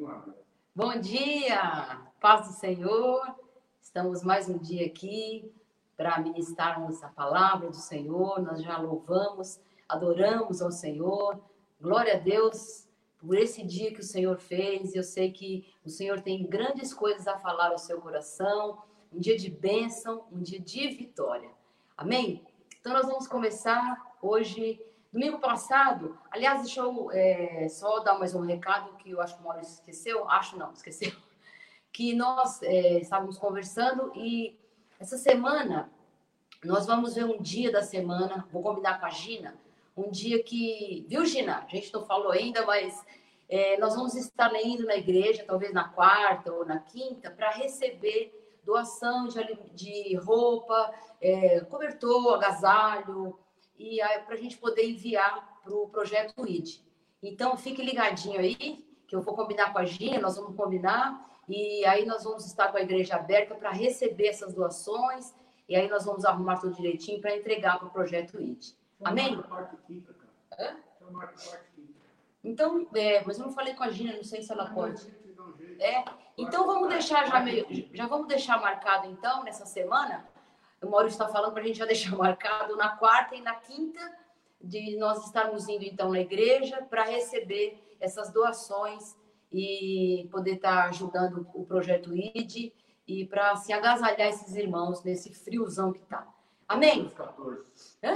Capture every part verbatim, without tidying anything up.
Bom dia, paz do Senhor. Estamos mais um dia aqui para ministrarmos a palavra do Senhor. Nós já louvamos, adoramos ao Senhor. Glória a Deus por esse dia que o Senhor fez. Eu sei que o Senhor tem grandes coisas a falar ao seu coração. Um dia de bênção, um dia de vitória. Amém? Então nós vamos começar hoje. Domingo passado, aliás, deixa eu é, só dar mais um recado que eu acho que o Maurício esqueceu. Acho não, esqueceu. Que nós é, estávamos conversando e essa semana nós vamos ver um dia da semana, vou combinar com a Gina, um dia que, viu, Gina? A gente não falou ainda, mas é, nós vamos estar indo na igreja, talvez na quarta ou na quinta, para receber doação de, de roupa, é, cobertor, agasalho, e para a gente poder enviar para o projeto I D. Então, fique ligadinho aí, que eu vou combinar com a Gina, nós vamos combinar, e aí nós vamos estar com a igreja aberta para receber essas doações, e aí nós vamos arrumar tudo direitinho para entregar para o projeto I D. Amém? Hã? Então, é, mas eu não falei com a Gina, não sei se ela pode. É, então vamos deixar já meio, já vamos deixar marcado então nessa semana. O Maurício está falando para a gente já deixar marcado na quarta e na quinta de nós estarmos indo então na igreja para receber essas doações e poder estar ajudando o projeto I D e para assim agasalhar esses irmãos nesse friozão que tá. Amém? Hã?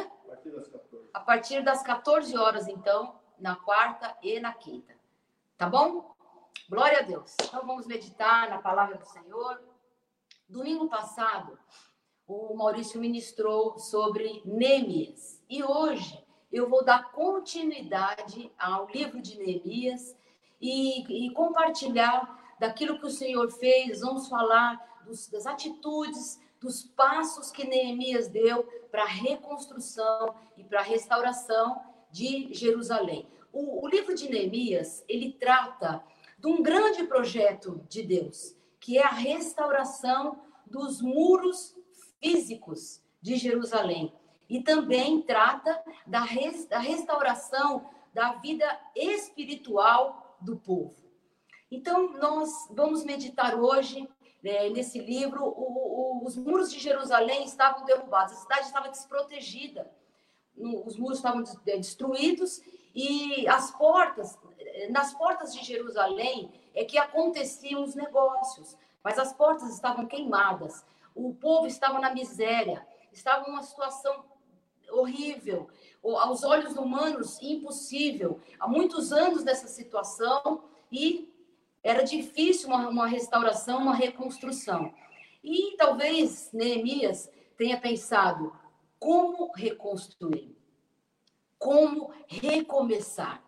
A partir das quatorze horas então, na quarta e na quinta. Tá bom? Glória a Deus. Então vamos meditar na palavra do Senhor. Domingo passado, o Maurício ministrou sobre Neemias. E hoje eu vou dar continuidade ao livro de Neemias e, e compartilhar daquilo que o Senhor fez. Vamos falar dos, das atitudes, dos passos que Neemias deu para a reconstrução e para a restauração de Jerusalém. O, o livro de Neemias, ele trata de um grande projeto de Deus, que é a restauração dos muros físicos de Jerusalém. E também trata da, res, da restauração da vida espiritual do povo. Então, nós vamos meditar hoje, né, nesse livro. O, o, os muros de Jerusalém estavam derrubados, a cidade estava desprotegida, os muros estavam destruídos e as portas, nas portas de Jerusalém é que aconteciam os negócios, mas as portas estavam queimadas. O povo estava na miséria, estava numa situação horrível, aos olhos humanos, impossível. Há muitos anos nessa situação e era difícil uma, uma restauração, uma reconstrução. E talvez Neemias tenha pensado, como reconstruir? Como recomeçar?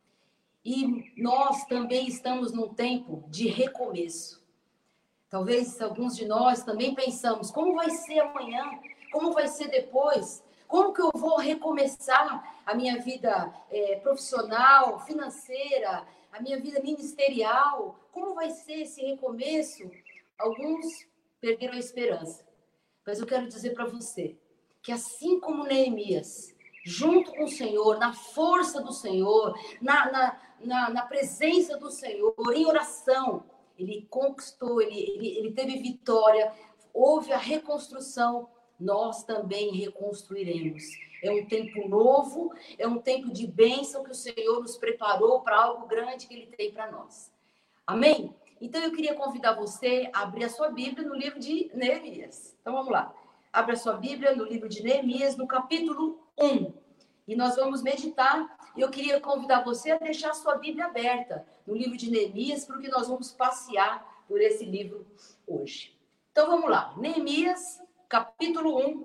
E nós também estamos num tempo de recomeço. Talvez alguns de nós também pensamos, como vai ser amanhã? Como vai ser depois? Como que eu vou recomeçar a minha vida é, profissional, financeira, a minha vida ministerial? Como vai ser esse recomeço? Alguns perderam a esperança. Mas eu quero dizer para você que assim como Neemias, junto com o Senhor, na força do Senhor, na, na, na, na presença do Senhor, em oração, ele conquistou, ele, ele, ele teve vitória, houve a reconstrução, nós também reconstruiremos. É um tempo novo, é um tempo de bênção que o Senhor nos preparou para algo grande que Ele tem para nós. Amém? Então eu queria convidar você a abrir a sua Bíblia no livro de Neemias. Então vamos lá. Abra a sua Bíblia no livro de Neemias, no capítulo um. E nós vamos meditar. Eu queria convidar você a deixar a sua Bíblia aberta no livro de Neemias, porque nós vamos passear por esse livro hoje. Então vamos lá. Neemias, capítulo um,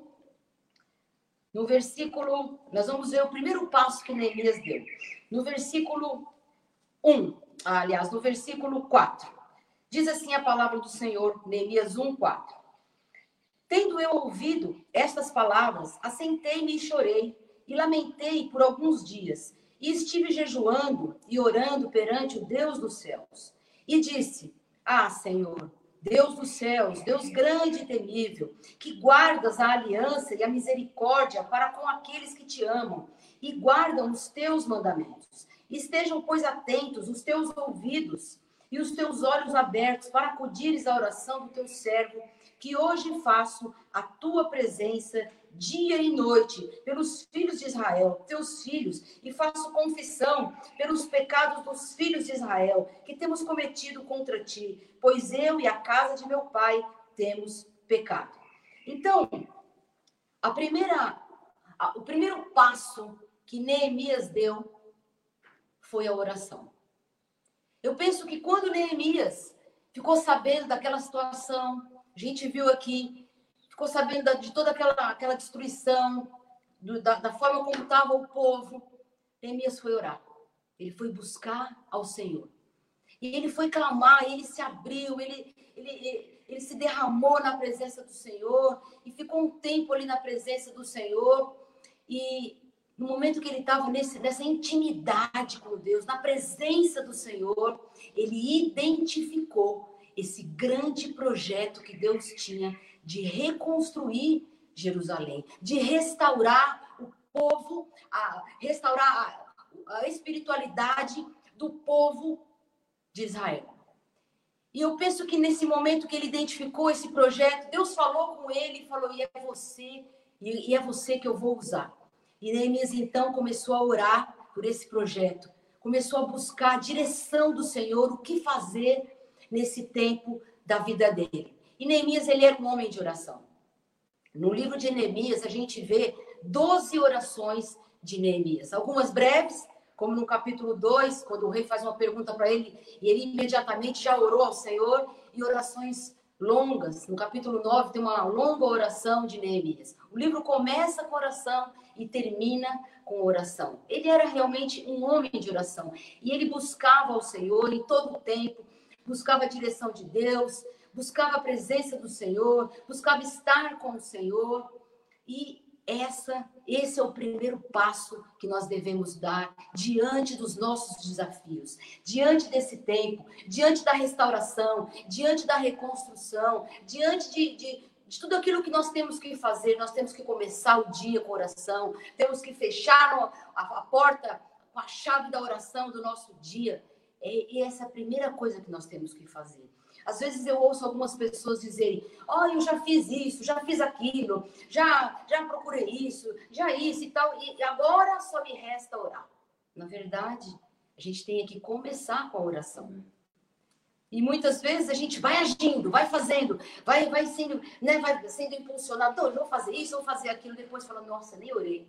no versículo... Nós vamos ver o primeiro passo que Neemias deu. No versículo um, aliás, no versículo quatro. Diz assim a palavra do Senhor, Neemias um, quatro. Tendo eu ouvido estas palavras, assentei-me e chorei, e lamentei por alguns dias, e estive jejuando e orando perante o Deus dos céus. E disse, ah, Senhor, Deus dos céus, Deus grande e temível, que guardas a aliança e a misericórdia para com aqueles que te amam, e guardam os teus mandamentos. Estejam, pois, atentos os teus ouvidos e os teus olhos abertos para acudires à oração do teu servo, que hoje faço a tua presença dia e noite pelos filhos de Israel, teus filhos, e faço confissão pelos pecados dos filhos de Israel, que temos cometido contra ti, pois eu e a casa de meu pai temos pecado. Então, a primeira, a, o primeiro passo que Neemias deu foi a oração. Eu penso que quando Neemias ficou sabendo daquela situação, a gente viu aqui, ficou sabendo de toda aquela, aquela destruição, do, da, da forma como estava o povo, Neemias foi orar. Ele foi buscar ao Senhor. E ele foi clamar, ele se abriu, ele, ele, ele, ele se derramou na presença do Senhor e ficou um tempo ali na presença do Senhor. E no momento que ele estava nessa intimidade com Deus, na presença do Senhor, ele identificou esse grande projeto que Deus tinha de reconstruir Jerusalém, de restaurar o povo, a, restaurar a, a espiritualidade do povo de Israel. E eu penso que nesse momento que ele identificou esse projeto, Deus falou com ele e falou, e é você, e, e é você que eu vou usar. E Neemias então começou a orar por esse projeto, começou a buscar a direção do Senhor, o que fazer nesse tempo da vida dele. E Neemias, ele era um homem de oração. No livro de Neemias, a gente vê doze orações de Neemias, algumas breves, como no capítulo dois, quando o rei faz uma pergunta para ele, e ele imediatamente já orou ao Senhor, e orações longas. No capítulo nove tem uma longa oração de Neemias. O livro começa com oração e termina com oração. Ele era realmente um homem de oração. E ele buscava ao Senhor em todo o tempo, buscava a direção de Deus, buscava a presença do Senhor, buscava estar com o Senhor. E essa, esse é o primeiro passo que nós devemos dar diante dos nossos desafios, diante desse tempo, diante da restauração, diante da reconstrução, diante de, de, de tudo aquilo que nós temos que fazer. Nós temos que começar o dia com oração, temos que fechar a, a porta com a chave da oração do nosso dia. E essa é a primeira coisa que nós temos que fazer. Às vezes eu ouço algumas pessoas dizerem, ó, oh, eu já fiz isso, já fiz aquilo, já, já procurei isso, já isso e tal, e agora só me resta orar. Na verdade, a gente tem que começar com a oração. E muitas vezes a gente vai agindo, vai fazendo, vai, vai, sendo, né, vai sendo impulsionado, eu vou fazer isso, eu vou fazer aquilo, depois falando, nossa, nem orei.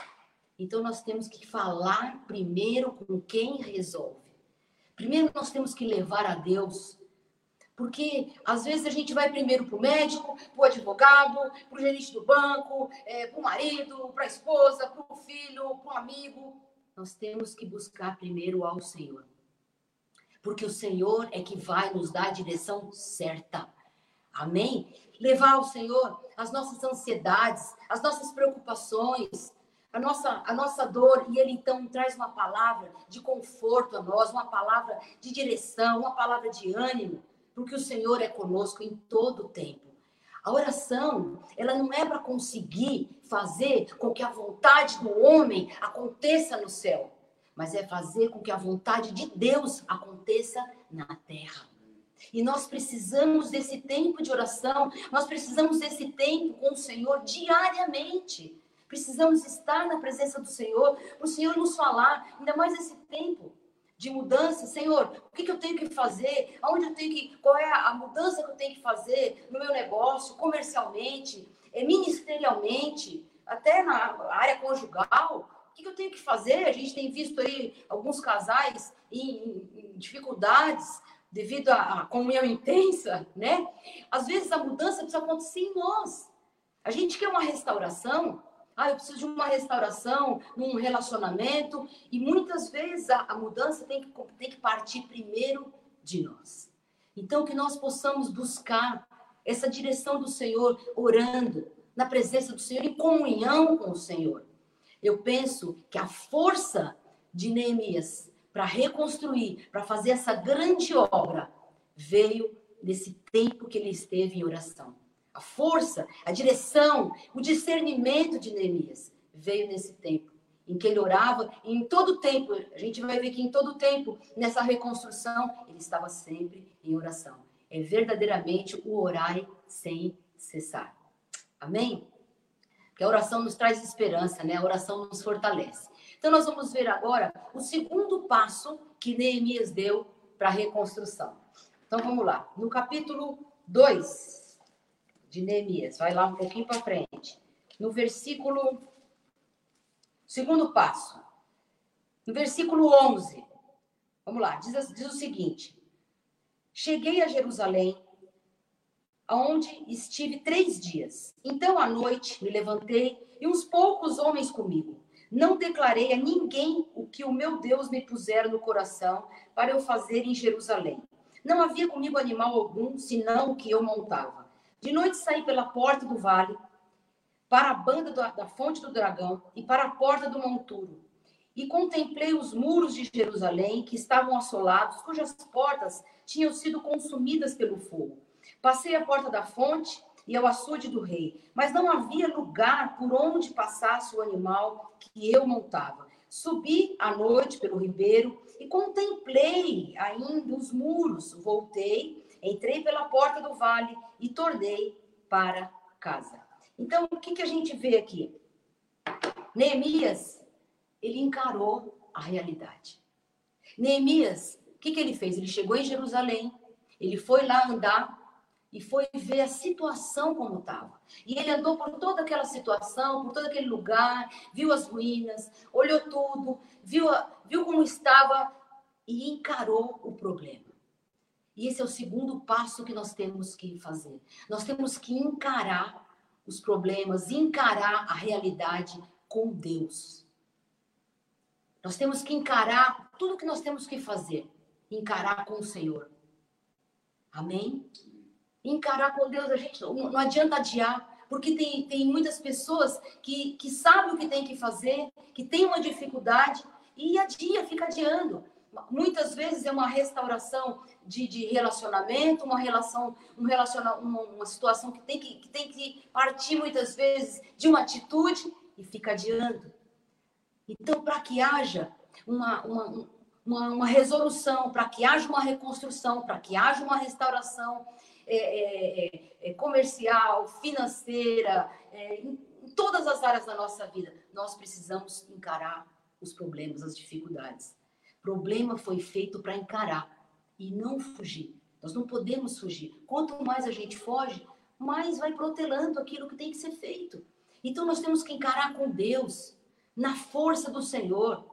Então nós temos que falar primeiro com quem resolve. Primeiro nós temos que levar a Deus. Porque, às vezes, a gente vai primeiro para o médico, para o advogado, para o gerente do banco, é, para o marido, para a esposa, para o filho, para o amigo. Nós temos que buscar primeiro ao Senhor. Porque o Senhor é que vai nos dar a direção certa. Amém? Levar ao Senhor as nossas ansiedades, as nossas preocupações, a nossa, a nossa dor. E Ele, então, traz uma palavra de conforto a nós, uma palavra de direção, uma palavra de ânimo. Porque o Senhor é conosco em todo o tempo. A oração, ela não é para conseguir fazer com que a vontade do homem aconteça no céu, mas é fazer com que a vontade de Deus aconteça na terra. E nós precisamos desse tempo de oração, nós precisamos desse tempo com o Senhor diariamente. Precisamos estar na presença do Senhor, para o Senhor nos falar, ainda mais nesse tempo de mudança. Senhor, o que, que eu tenho que fazer? Aonde eu tenho que, qual é a mudança que eu tenho que fazer no meu negócio, comercialmente, ministerialmente, até na área conjugal? O que, que eu tenho que fazer? A gente tem visto aí alguns casais em, em dificuldades devido à comunhão intensa, né? Às vezes a mudança precisa acontecer em nós. A gente quer uma restauração. Ah, eu preciso de uma restauração num relacionamento. E muitas vezes a, a mudança tem que, tem que partir primeiro de nós. Então, que nós possamos buscar essa direção do Senhor, orando na presença do Senhor, em comunhão com o Senhor. Eu penso que a força de Neemias para reconstruir, para fazer essa grande obra, veio nesse tempo que ele esteve em oração. A força, a direção, o discernimento de Neemias veio nesse tempo em que ele orava, e em todo tempo, a gente vai ver que em todo tempo, nessa reconstrução, ele estava sempre em oração. É verdadeiramente o orai sem cessar. Amém? Porque a oração nos traz esperança, né? A oração nos fortalece. Então, nós vamos ver agora o segundo passo que Neemias deu para a reconstrução. Então, vamos lá. No capítulo dois de Neemias, vai lá um pouquinho para frente. No versículo... Segundo passo. No versículo onze. Vamos lá. Diz, diz o seguinte. Cheguei a Jerusalém, onde estive três dias. Então, à noite, me levantei e uns poucos homens comigo. Não declarei a ninguém o que o meu Deus me pusera no coração para eu fazer em Jerusalém. Não havia comigo animal algum, senão o que eu montava. De noite saí pela porta do vale, para a banda da, da fonte do dragão e para a porta do monturo. E contemplei os muros de Jerusalém, que estavam assolados, cujas portas tinham sido consumidas pelo fogo. Passei a porta da fonte e ao açude do rei, mas não havia lugar por onde passasse o animal que eu montava. Subi à noite pelo ribeiro e contemplei ainda os muros. Voltei, entrei pela porta do vale e tornei para casa. Então, o que, que a gente vê aqui? Neemias, ele encarou a realidade. Neemias, o que, que ele fez? Ele chegou em Jerusalém, ele foi lá andar e foi ver a situação como estava. E ele andou por toda aquela situação, por todo aquele lugar, viu as ruínas, olhou tudo, viu, viu como estava e encarou o problema. E esse é o segundo passo que nós temos que fazer. Nós temos que encarar os problemas, encarar a realidade com Deus. Nós temos que encarar tudo que nós temos que fazer, encarar com o Senhor. Amém? Encarar com Deus, a gente não, não adianta adiar, porque tem, tem muitas pessoas que, que sabem o que tem que fazer, que tem uma dificuldade e adia, fica adiando. Muitas vezes é uma restauração de, de relacionamento, uma relação, um relaciona, uma, uma situação que tem que, que tem que partir muitas vezes de uma atitude e fica adiando. Então, para que haja uma, uma, uma, uma resolução, para que haja uma reconstrução, para que haja uma restauração é, é, é, comercial, financeira, é, em, em todas as áreas da nossa vida, nós precisamos encarar os problemas, as dificuldades. O problema foi feito para encarar e não fugir. Nós não podemos fugir. Quanto mais a gente foge, mais vai protelando aquilo que tem que ser feito. Então, nós temos que encarar com Deus, na força do Senhor.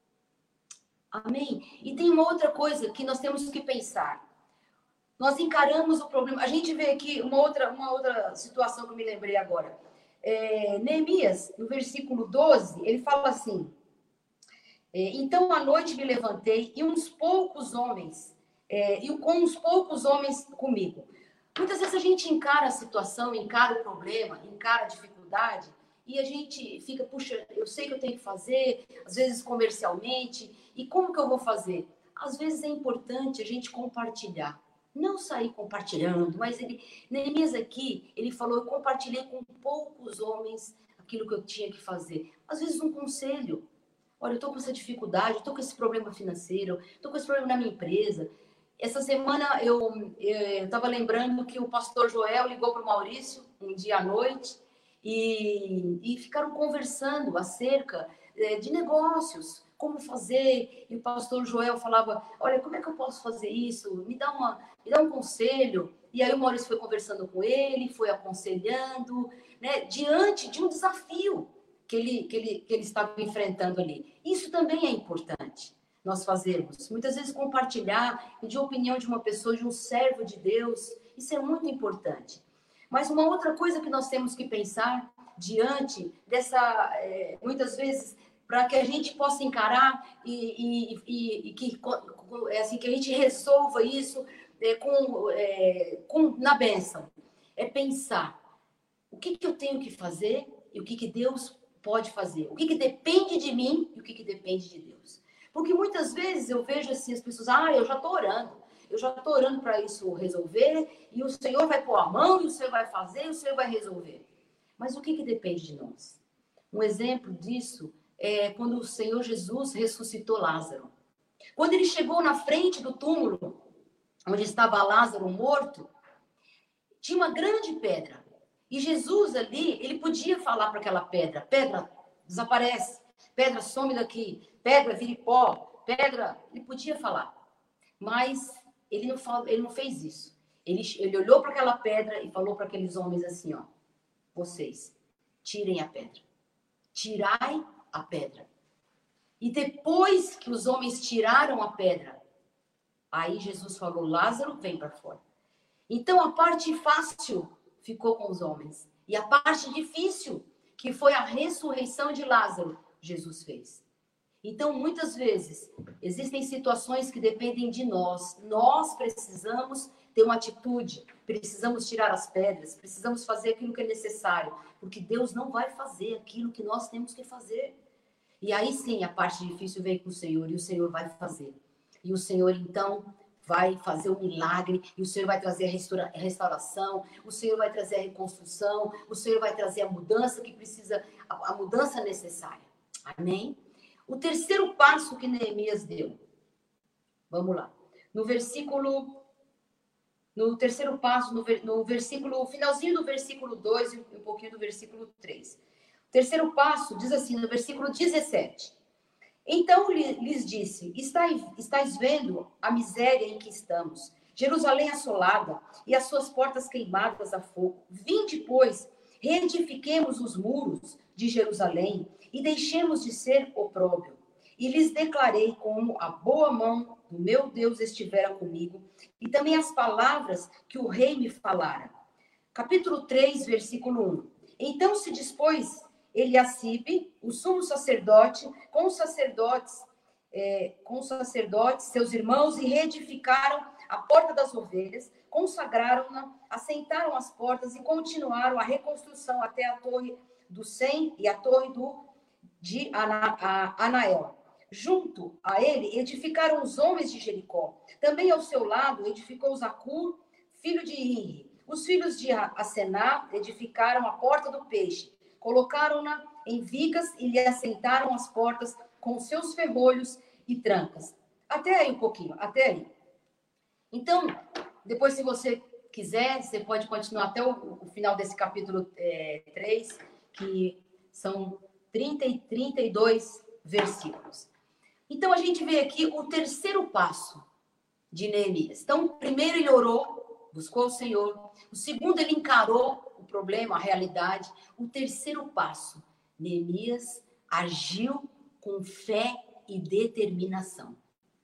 Amém? E tem uma outra coisa que nós temos que pensar. Nós encaramos o problema. A gente vê aqui uma outra, uma outra situação que eu me lembrei agora. É, Neemias, no versículo doze, ele fala assim... Então, à noite me levantei e uns poucos homens, é, e com uns poucos homens comigo. Muitas vezes a gente encara a situação, encara o problema, encara a dificuldade, e a gente fica, puxa, eu sei que eu tenho que fazer, às vezes comercialmente, e como que eu vou fazer? Às vezes é importante a gente compartilhar, não sair compartilhando, mas ele, Neemias aqui, ele falou, eu compartilhei com poucos homens aquilo que eu tinha que fazer. Às vezes um conselho. Olha, eu estou com essa dificuldade, estou com esse problema financeiro, estou com esse problema na minha empresa. Essa semana eu estava lembrando que o pastor Joel ligou para o Maurício um dia à noite e, e ficaram conversando acerca é, de negócios, como fazer. E o pastor Joel falava, olha, como é que eu posso fazer isso? Me dá, uma, me dá um conselho. E aí o Maurício foi conversando com ele, foi aconselhando, né, diante de um desafio que ele, que, ele, que ele estava enfrentando ali. Isso também é importante, nós fazermos. Muitas vezes compartilhar, pedir a opinião de uma pessoa, de um servo de Deus, isso é muito importante. Mas uma outra coisa que nós temos que pensar diante dessa, é, muitas vezes, para que a gente possa encarar e, e, e, e que, assim, que a gente resolva isso é, com, é, com, na bênção, é pensar o que, que eu tenho que fazer e o que, que Deus pode fazer. O que, que depende de mim e o que, que depende de Deus. Porque muitas vezes eu vejo assim, as pessoas, ah, eu já estou orando. Eu já estou orando para isso resolver e o Senhor vai pôr a mão e o Senhor vai fazer e o Senhor vai resolver. Mas o que, que depende de nós? Um exemplo disso é, quando o Senhor Jesus ressuscitou Lázaro. Quando ele chegou na frente do túmulo, onde estava Lázaro morto, tinha uma grande pedra. E Jesus ali, ele podia falar para aquela pedra, pedra, desaparece, pedra, some daqui, pedra, vire pó, pedra, ele podia falar. Mas ele não, fala, ele não fez isso. Ele, ele olhou para aquela pedra e falou para aqueles homens assim, ó, vocês, tirem a pedra. Tirai a pedra. E depois que os homens tiraram a pedra, aí Jesus falou, Lázaro, vem para fora. Então a parte fácil ficou com os homens. E a parte difícil, que foi a ressurreição de Lázaro, Jesus fez. Então, muitas vezes, existem situações que dependem de nós. Nós precisamos ter uma atitude, precisamos tirar as pedras, precisamos fazer aquilo que é necessário, porque Deus não vai fazer aquilo que nós temos que fazer. E aí sim, a parte difícil vem com o Senhor, e o Senhor vai fazer. E o Senhor, então, vai fazer um milagre, e o Senhor vai trazer a restaura, restauração, o Senhor vai trazer a reconstrução, o Senhor vai trazer a mudança que precisa, a, a mudança necessária. Amém? O terceiro passo que Neemias deu. Vamos lá. No versículo... No terceiro passo, no, no versículo... Finalzinho do versículo dois e um pouquinho do versículo três. O terceiro passo diz assim, no versículo dezessete. Então lhes disse, estáis, estáis vendo a miséria em que estamos, Jerusalém assolada e as suas portas queimadas a fogo. Vinde, pois, reedifiquemos os muros de Jerusalém e deixemos de ser opróbrio. E lhes declarei como a boa mão do meu Deus estivera comigo e também as palavras que o rei me falara. Capítulo três, versículo um. Então se dispôs Eliacibe, o sumo sacerdote, com os sacerdotes, é, com os sacerdotes, seus irmãos, e reedificaram a porta das ovelhas, consagraram-na, assentaram as portas e continuaram a reconstrução até a torre do Sem e a torre do, de Ana, a, Anael. Junto a ele edificaram os homens de Jericó. Também ao seu lado edificou Zacur, filho de Inri. Os filhos de Asená edificaram a porta do peixe. Colocaram-na em vigas e lhe assentaram as portas com seus ferrolhos e trancas. Até aí um pouquinho, até aí. Então, depois, se você quiser, você pode continuar até o, o final desse capítulo é, três, que são trinta e, trinta e dois versículos. Então, a gente vê aqui o terceiro passo de Neemias. Então, primeiro ele orou, buscou o Senhor. O segundo, ele encarou o problema, a realidade. O terceiro passo, Neemias agiu com fé e determinação.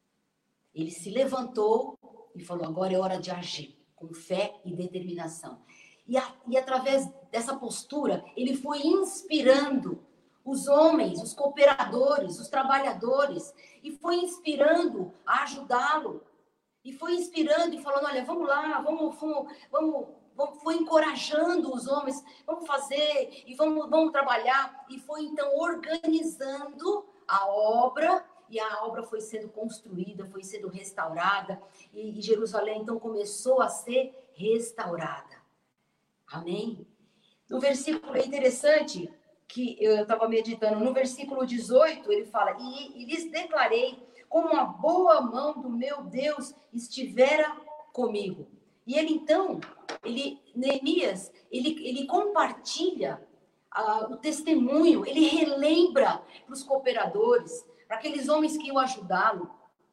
Ele se levantou e falou, agora é hora de agir, com fé e determinação. E, a, e através dessa postura, ele foi inspirando os homens, os cooperadores, os trabalhadores, e foi inspirando a ajudá-lo. E foi inspirando e falando, olha, vamos lá, vamos, vamos, vamos, vamos, foi encorajando os homens, vamos fazer, e vamos, vamos trabalhar. E foi, então, organizando a obra, e a obra foi sendo construída, foi sendo restaurada, e, e Jerusalém, então, começou a ser restaurada. Amém? No versículo, é interessante que eu estava meditando, no versículo dezoito, ele fala, e, e lhes declarei como a boa mão do meu Deus estivera comigo. E ele, então, ele, Neemias, ele, ele compartilha uh, o testemunho, ele relembra para os cooperadores, para aqueles homens que iam ajudá-lo,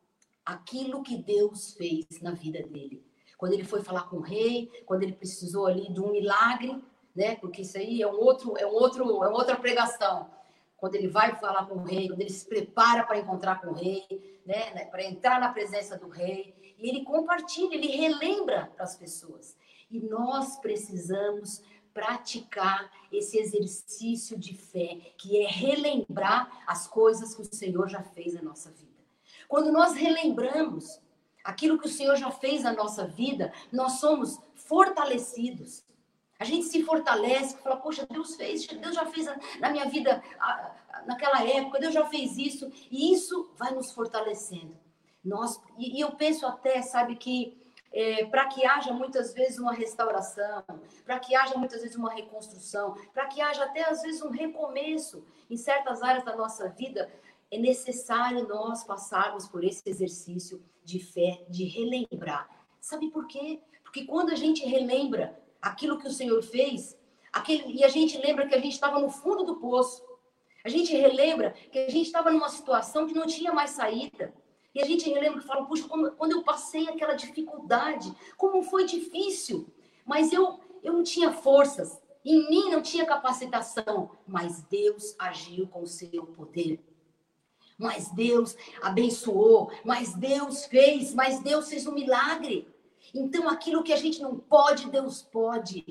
aquilo que Deus fez na vida dele. Quando ele foi falar com o rei, quando ele precisou ali de um milagre, né? Porque isso aí é um outro, é um outro, é uma outra pregação. Quando ele vai falar com o rei, quando ele se prepara para encontrar com o rei, né? Para entrar na presença do rei, e ele compartilha, ele relembra para as pessoas. E nós precisamos praticar esse exercício de fé, que é relembrar as coisas que o Senhor já fez na nossa vida. Quando nós relembramos aquilo que o Senhor já fez na nossa vida, nós somos fortalecidos. A gente se fortalece, fala, poxa, Deus fez, Deus já fez na minha vida naquela época, Deus já fez isso, e isso vai nos fortalecendo. Nós, e, e eu penso até, sabe, que é, para que haja muitas vezes uma restauração, para que haja muitas vezes uma reconstrução, para que haja até às vezes um recomeço em certas áreas da nossa vida, é necessário nós passarmos por esse exercício de fé, de relembrar. Sabe por quê? Porque quando a gente relembra aquilo que o Senhor fez, aquele, e a gente lembra que a gente estava no fundo do poço, a gente relembra que a gente estava numa situação que não tinha mais saída, e a gente relembra que fala, puxa, quando, quando eu passei aquela dificuldade, como foi difícil, mas eu, eu não tinha forças, em mim não tinha capacitação, mas Deus agiu com o seu poder. Mas Deus abençoou, mas Deus fez, mas Deus fez um milagre. Então, aquilo que a gente não pode, Deus pode.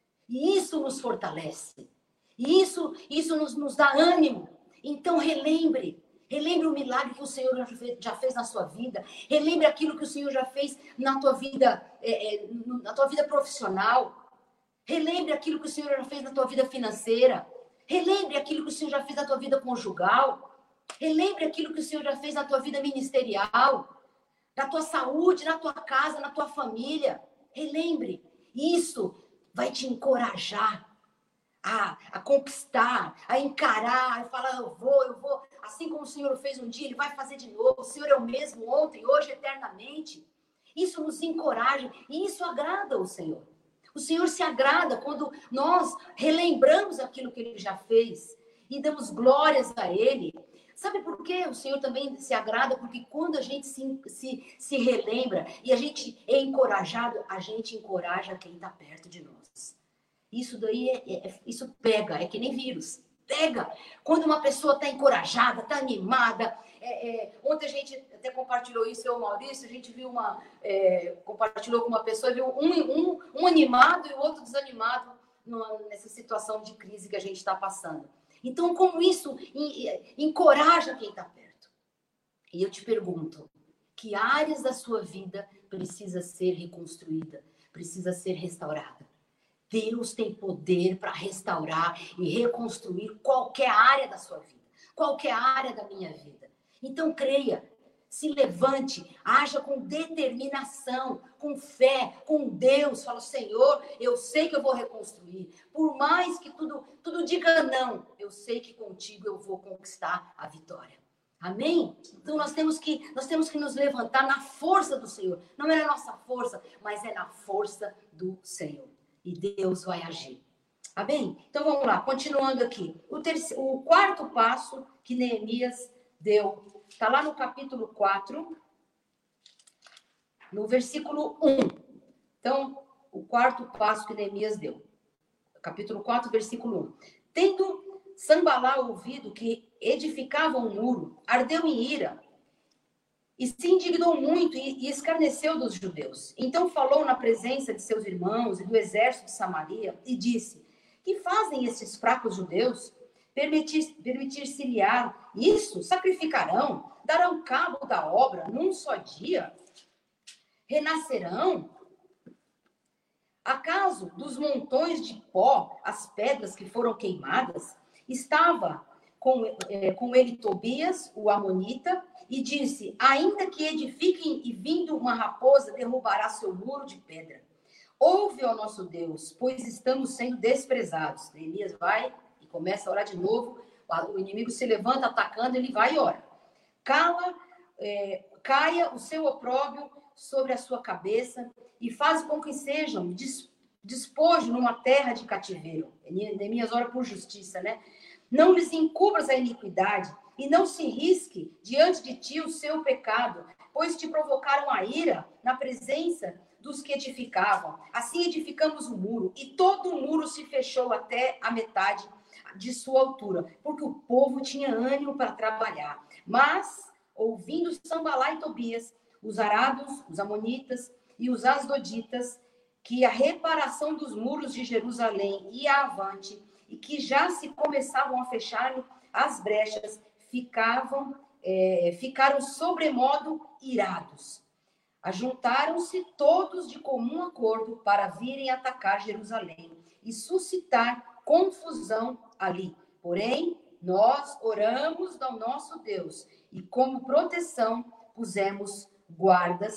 E isso nos fortalece. E isso, isso nos, nos dá ânimo. Então, relembre. Relembre o milagre que o Senhor já fez, já fez na sua vida. Relembre aquilo que o Senhor já fez na tua vida, é, é, na tua vida profissional. Relembre aquilo que o Senhor já fez na tua vida financeira. Relembre aquilo que o Senhor já fez na tua vida conjugal. Relembre aquilo que o Senhor já fez na tua vida ministerial, na tua saúde, na tua casa, na tua família. Relembre. Isso vai te encorajar a, a conquistar, a encarar, a falar, eu vou, eu vou. Assim como o Senhor fez um dia, Ele vai fazer de novo. O Senhor é o mesmo ontem, hoje, eternamente. Isso nos encoraja e isso agrada ao Senhor. O Senhor se agrada quando nós relembramos aquilo que Ele já fez e damos glórias a Ele. Sabe por quê? O Senhor também se agrada, porque quando a gente se, se, se relembra e a gente é encorajado, a gente encoraja quem está perto de nós. Isso daí, é, é, isso pega, é que nem vírus. Pega. Quando uma pessoa está encorajada, está animada. É, é, ontem a gente até compartilhou isso, eu e o Maurício, a gente viu uma... É, compartilhou com uma pessoa, viu um, um, um animado e o outro desanimado numa, nessa situação de crise que a gente está passando. Então, como isso encoraja quem está perto? E eu te pergunto, que áreas da sua vida precisa ser reconstruída, precisa ser restaurada? Deus tem poder para restaurar e reconstruir qualquer área da sua vida, qualquer área da minha vida. Então, creia, se levante, haja com determinação, com fé, com Deus. Fala, Senhor, eu sei que eu vou reconstruir. Por mais que tudo, tudo diga não, eu sei que contigo eu vou conquistar a vitória. Amém? Então nós temos que, nós temos que nos levantar na força do Senhor. Não é na nossa força, mas é na força do Senhor. E Deus vai agir. Amém? Então vamos lá, continuando aqui. O, terceiro, o quarto passo que Neemias deu, está lá no capítulo quatro, no versículo um. Então, o quarto passo que Neemias deu. Capítulo quatro, versículo um. Tendo Sambalá ouvido que edificavam um muro, ardeu em ira e se indignou muito e, e escarneceu dos judeus. Então falou na presença de seus irmãos e do exército de Samaria e disse, que fazem esses fracos judeus? Permitir, permitir-se-lhe-á isso? Sacrificarão? Darão cabo da obra num só dia? Renascerão? Acaso dos montões de pó, as pedras que foram queimadas, estava com, é, com ele Tobias, o amonita, e disse, ainda que edifiquem e vindo uma raposa derrubará seu muro de pedra. Ouve, ó nosso Deus, pois estamos sendo desprezados. Neemias vai e começa a orar de novo, o inimigo se levanta atacando, ele vai e ora. Cala, é, caia o seu opróbrio sobre a sua cabeça e faz com que sejam despojo numa terra de cativeiro. Neemias ora por justiça, né? Não lhes encubras a iniquidade e não se risque diante de ti o seu pecado, pois te provocaram a ira na presença dos que edificavam. Assim edificamos o muro e todo o muro se fechou até a metade de sua altura, porque o povo tinha ânimo para trabalhar. Mas, ouvindo Sambalá e Tobias, os arados, os amonitas e os asdoditas, que a reparação dos muros de Jerusalém ia avante e que já se começavam a fechar as brechas, ficavam, é, ficaram sobremodo irados. Ajuntaram-se todos de comum acordo para virem atacar Jerusalém e suscitar confusão ali. Porém, nós oramos ao nosso Deus e como proteção pusemos guardas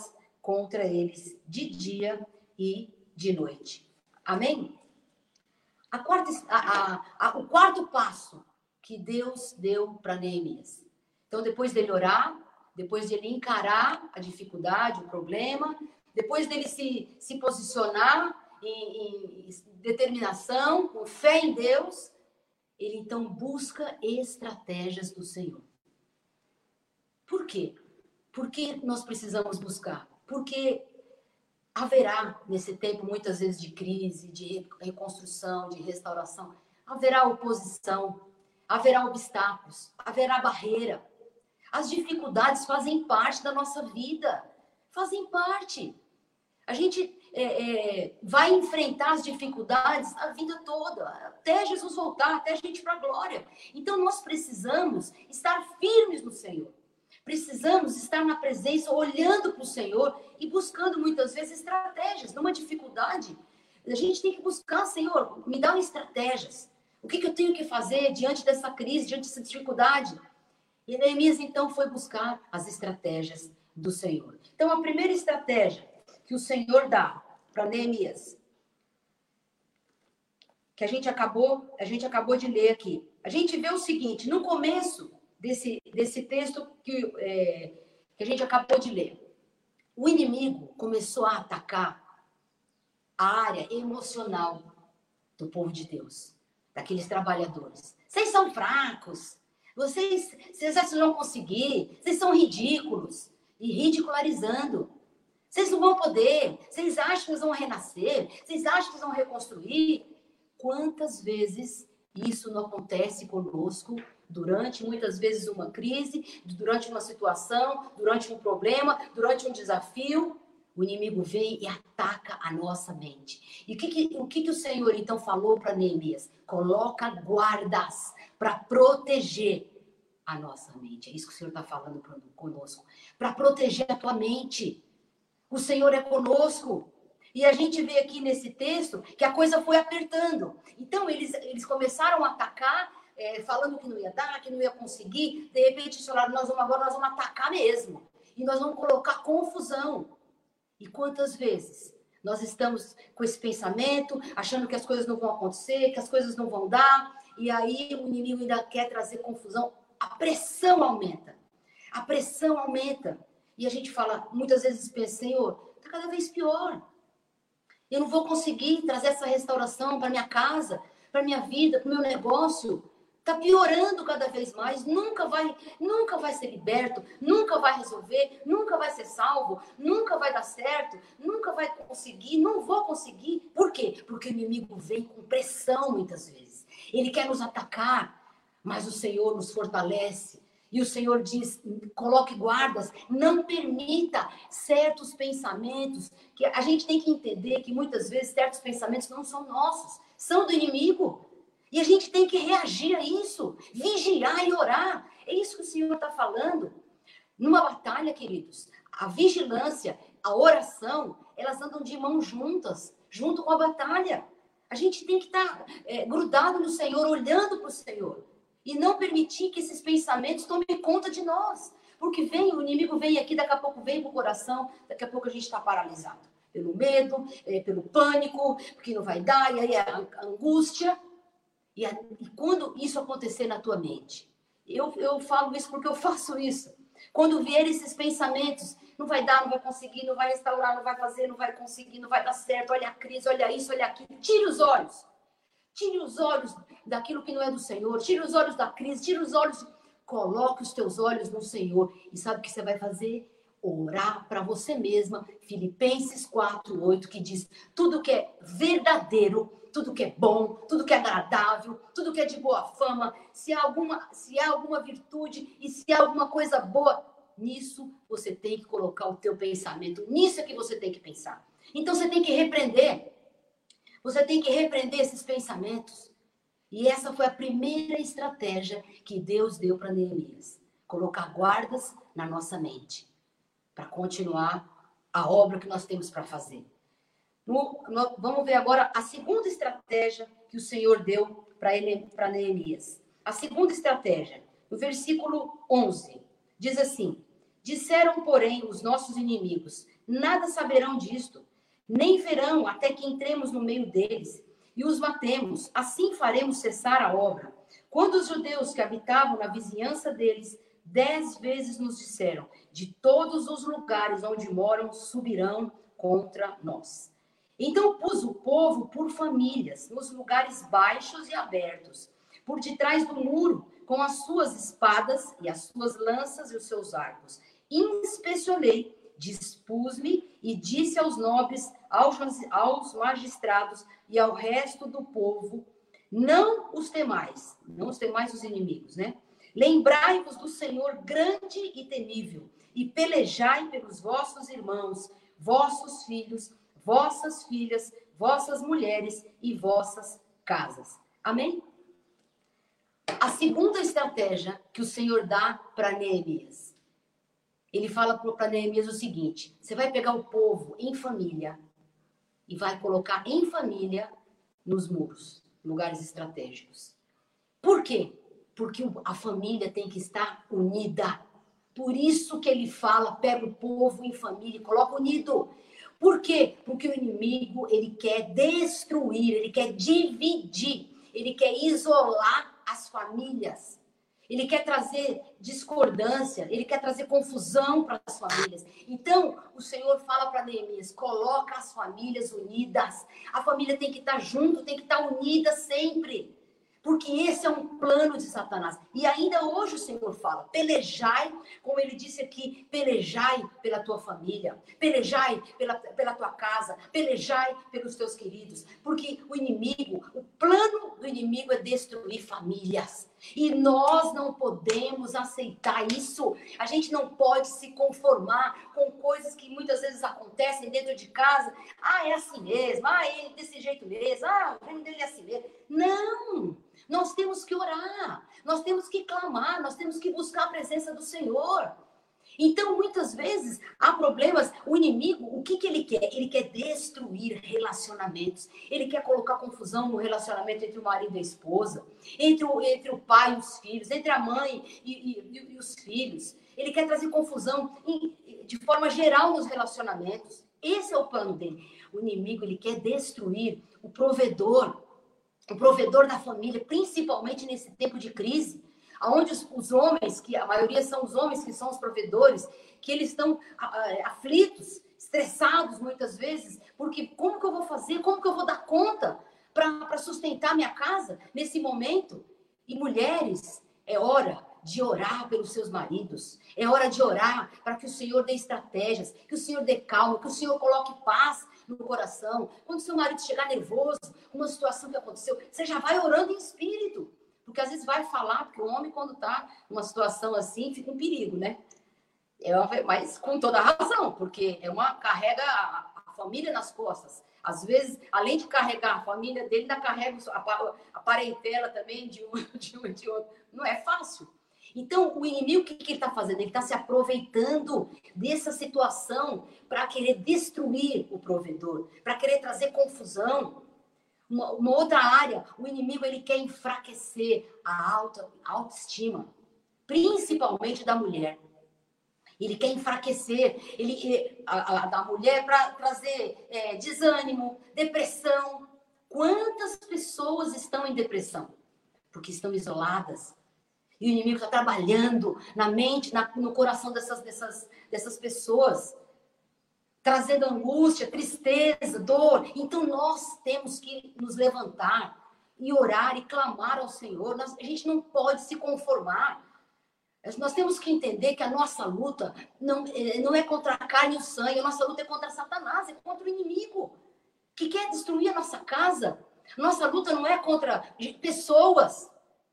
contra eles de dia e de noite. Amém? A quarta, a, a, a, o quarto passo que Deus deu para Neemias. Então, depois dele orar, depois dele encarar a dificuldade, o problema, depois dele se, se posicionar em, em determinação, com fé em Deus, ele então busca estratégias do Senhor. Por quê? Por que nós precisamos buscar? Porque haverá, nesse tempo, muitas vezes de crise, de reconstrução, de restauração, haverá oposição, haverá obstáculos, haverá barreira. As dificuldades fazem parte da nossa vida, fazem parte. A gente é, é, vai enfrentar as dificuldades a vida toda, até Jesus voltar, até a gente ir para a glória. Então, nós precisamos estar firmes no Senhor. Precisamos estar na presença, olhando para o Senhor e buscando muitas vezes estratégias. Numa dificuldade, a gente tem que buscar, Senhor, me dá estratégias. O que, que eu tenho que fazer diante dessa crise, diante dessa dificuldade? E Neemias, então, foi buscar as estratégias do Senhor. Então, a primeira estratégia que o Senhor dá para Neemias, que a gente acabou, a gente acabou de ler aqui. A gente vê o seguinte, no começo desse, desse texto que, é, que a gente acabou de ler, o inimigo começou a atacar a área emocional do povo de Deus, daqueles trabalhadores. Vocês são fracos, vocês, vocês acham que vão conseguir, vocês são ridículos, e ridicularizando. Vocês não vão poder, vocês acham que vocês vão renascer, vocês acham que vocês vão reconstruir. Quantas vezes isso não acontece conosco durante, muitas vezes, uma crise, durante uma situação, durante um problema, durante um desafio? O inimigo vem e ataca a nossa mente. E o que, que, o, que, que o Senhor, então, falou para Neemias? Coloca guardas para proteger a nossa mente. É isso que o Senhor está falando conosco. Para proteger a tua mente. O Senhor é conosco. E a gente vê aqui nesse texto que a coisa foi apertando. Então, eles, eles começaram a atacar, é, falando que não ia dar, que não ia conseguir. De repente, eles falaram, nós vamos agora, nós vamos atacar mesmo. E nós vamos colocar confusão. E quantas vezes nós estamos com esse pensamento, achando que as coisas não vão acontecer, que as coisas não vão dar, e aí o inimigo ainda quer trazer confusão. A pressão aumenta. A pressão aumenta. E a gente fala, muitas vezes pensa, Senhor, está cada vez pior. Eu não vou conseguir trazer essa restauração para minha casa, para minha vida, para o meu negócio. Está piorando cada vez mais, nunca vai, nunca vai ser liberto, nunca vai resolver, nunca vai ser salvo, nunca vai dar certo, nunca vai conseguir, não vou conseguir. Por quê? Porque o inimigo vem com pressão muitas vezes. Ele quer nos atacar, mas o Senhor nos fortalece. E o Senhor diz, coloque guardas, não permita certos pensamentos, que a gente tem que entender que muitas vezes certos pensamentos não são nossos, são do inimigo. E a gente tem que reagir a isso, vigiar e orar. É isso que o Senhor está falando. Numa batalha, queridos, a vigilância, a oração, elas andam de mãos juntas, junto com a batalha. A gente tem que estar é, grudado no Senhor, olhando para o Senhor. E não permitir que esses pensamentos tomem conta de nós. Porque vem, o inimigo vem aqui, daqui a pouco vem para o coração, daqui a pouco a gente está paralisado. Pelo medo, é, pelo pânico, porque não vai dar, e aí a angústia. E, a, e quando isso acontecer na tua mente, eu, eu falo isso porque eu faço isso. Quando vier esses pensamentos, não vai dar, não vai conseguir, não vai restaurar, não vai fazer, não vai conseguir, não vai dar certo, olha a crise, olha isso, olha aquilo. Tire os olhos. Tire os olhos daquilo que não é do Senhor. Tire os olhos da crise, tire os olhos. Coloque os teus olhos no Senhor. E sabe o que você vai fazer? Orar para você mesma. Filipenses quatro, oito, que diz, tudo que é verdadeiro, tudo que é bom, tudo que é agradável, tudo que é de boa fama, se há alguma, se há alguma virtude e se há alguma coisa boa, nisso você tem que colocar o teu pensamento, nisso é que você tem que pensar. Então você tem que repreender, você tem que repreender esses pensamentos. E essa foi a primeira estratégia que Deus deu para Neemias, colocar guardas na nossa mente, para continuar a obra que nós temos para fazer. No, no, vamos ver agora a segunda estratégia que o Senhor deu para Neemias. A segunda estratégia, no versículo onze, diz assim, disseram, porém, os nossos inimigos, nada saberão disto, nem verão até que entremos no meio deles e os matemos. Assim faremos cessar a obra. Quando os judeus que habitavam na vizinhança deles dez vezes nos disseram, de todos os lugares onde moram subirão contra nós. Então pus o povo por famílias, nos lugares baixos e abertos, por detrás do muro, com as suas espadas e as suas lanças e os seus arcos. Inspecionei, dispus-me e disse aos nobres, aos, aos magistrados e ao resto do povo, não os temais, não os temais os inimigos, né? Lembrai-vos do Senhor grande e temível, e pelejai pelos vossos irmãos, vossos filhos, vossas filhas, vossas mulheres e vossas casas. Amém? A segunda estratégia que o Senhor dá para Neemias, ele fala para Neemias o seguinte, você vai pegar o povo em família e vai colocar em família nos muros, lugares estratégicos. Por quê? Porque a família tem que estar unida. Por isso que ele fala, pega o povo em família e coloca unido. Por quê? Porque o inimigo, ele quer destruir, ele quer dividir, ele quer isolar as famílias. Ele quer trazer discordância, ele quer trazer confusão para as famílias. Então, o Senhor fala para Neemias, coloca as famílias unidas. A família tem que estar junto, tem que estar unida sempre. Porque esse é um plano de Satanás. E ainda hoje o Senhor fala, pelejai, como ele disse aqui, pelejai pela tua família, pelejai pela, pela tua casa, pelejai pelos teus queridos. Porque o inimigo, o plano do inimigo é destruir famílias. E nós não podemos aceitar isso. A gente não pode se conformar com coisas que muitas vezes acontecem dentro de casa. Ah, é assim mesmo. Ah, é desse jeito mesmo. Ah, o reino dele é assim mesmo. Não! Nós temos que orar. Nós temos que clamar. Nós temos que buscar a presença do Senhor. Então, muitas vezes, há problemas. O inimigo, o que, que ele quer? Ele quer destruir relacionamentos. Ele quer colocar confusão no relacionamento entre o marido e a esposa, entre o, entre o pai e os filhos, entre a mãe e, e, e os filhos. Ele quer trazer confusão em, de forma geral nos relacionamentos. Esse é o plano dele. O inimigo, ele quer destruir o provedor, o provedor da família, principalmente nesse tempo de crise. Onde os, os homens, que a maioria são os homens que são os provedores, que eles estão a, aflitos, estressados muitas vezes, porque como que eu vou fazer, como que eu vou dar conta para sustentar minha casa nesse momento? E mulheres, é hora de orar pelos seus maridos, é hora de orar para que o Senhor dê estratégias, que o Senhor dê calma, que o Senhor coloque paz no coração. Quando seu marido chegar nervoso, uma situação que aconteceu, você já vai orando em espírito. Porque às vezes vai falar, porque o homem, quando está numa situação assim, fica um perigo, né? É uma, mas com toda a razão, porque é uma carrega a, a família nas costas. Às vezes, além de carregar a família dele, ainda carrega a, a parentela também de um, de um de outro. Não é fácil. Então, o inimigo, o que, que ele está fazendo? Ele está se aproveitando dessa situação para querer destruir o provedor, para querer trazer confusão. Uma, uma outra área, o inimigo, ele quer enfraquecer a, auto, a autoestima, principalmente da mulher. Ele quer enfraquecer ele, a, a, da mulher para trazer é, desânimo, depressão. Quantas pessoas estão em depressão? Porque estão isoladas. E o inimigo está trabalhando na mente, na, no coração dessas, dessas, dessas pessoas, trazendo angústia, tristeza, dor. Então, nós temos que nos levantar e orar e clamar ao Senhor. Nós, a gente não pode se conformar. Nós temos que entender que a nossa luta não, não é contra a carne e o sangue. A nossa luta é contra Satanás, é contra o inimigo, que quer destruir a nossa casa. Nossa luta não é contra pessoas.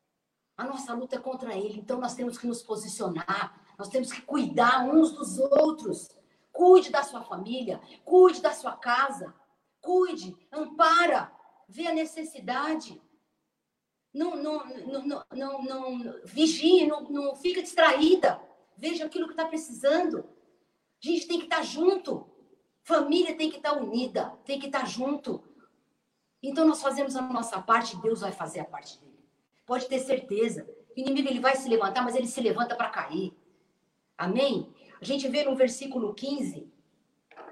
A nossa luta é contra ele. Então, nós temos que nos posicionar. Nós temos que cuidar uns dos outros. Cuide da sua família, cuide da sua casa, cuide, ampara, vê a necessidade. Não, não, não, não, não, não vigie, não, não fica distraída. Veja aquilo que está precisando. A gente tem que estar junto. Família tem que estar unida, tem que estar junto. Então nós fazemos a nossa parte, Deus vai fazer a parte dele. Pode ter certeza. O inimigo ele vai se levantar, mas ele se levanta para cair. Amém? A gente vê no versículo quinze,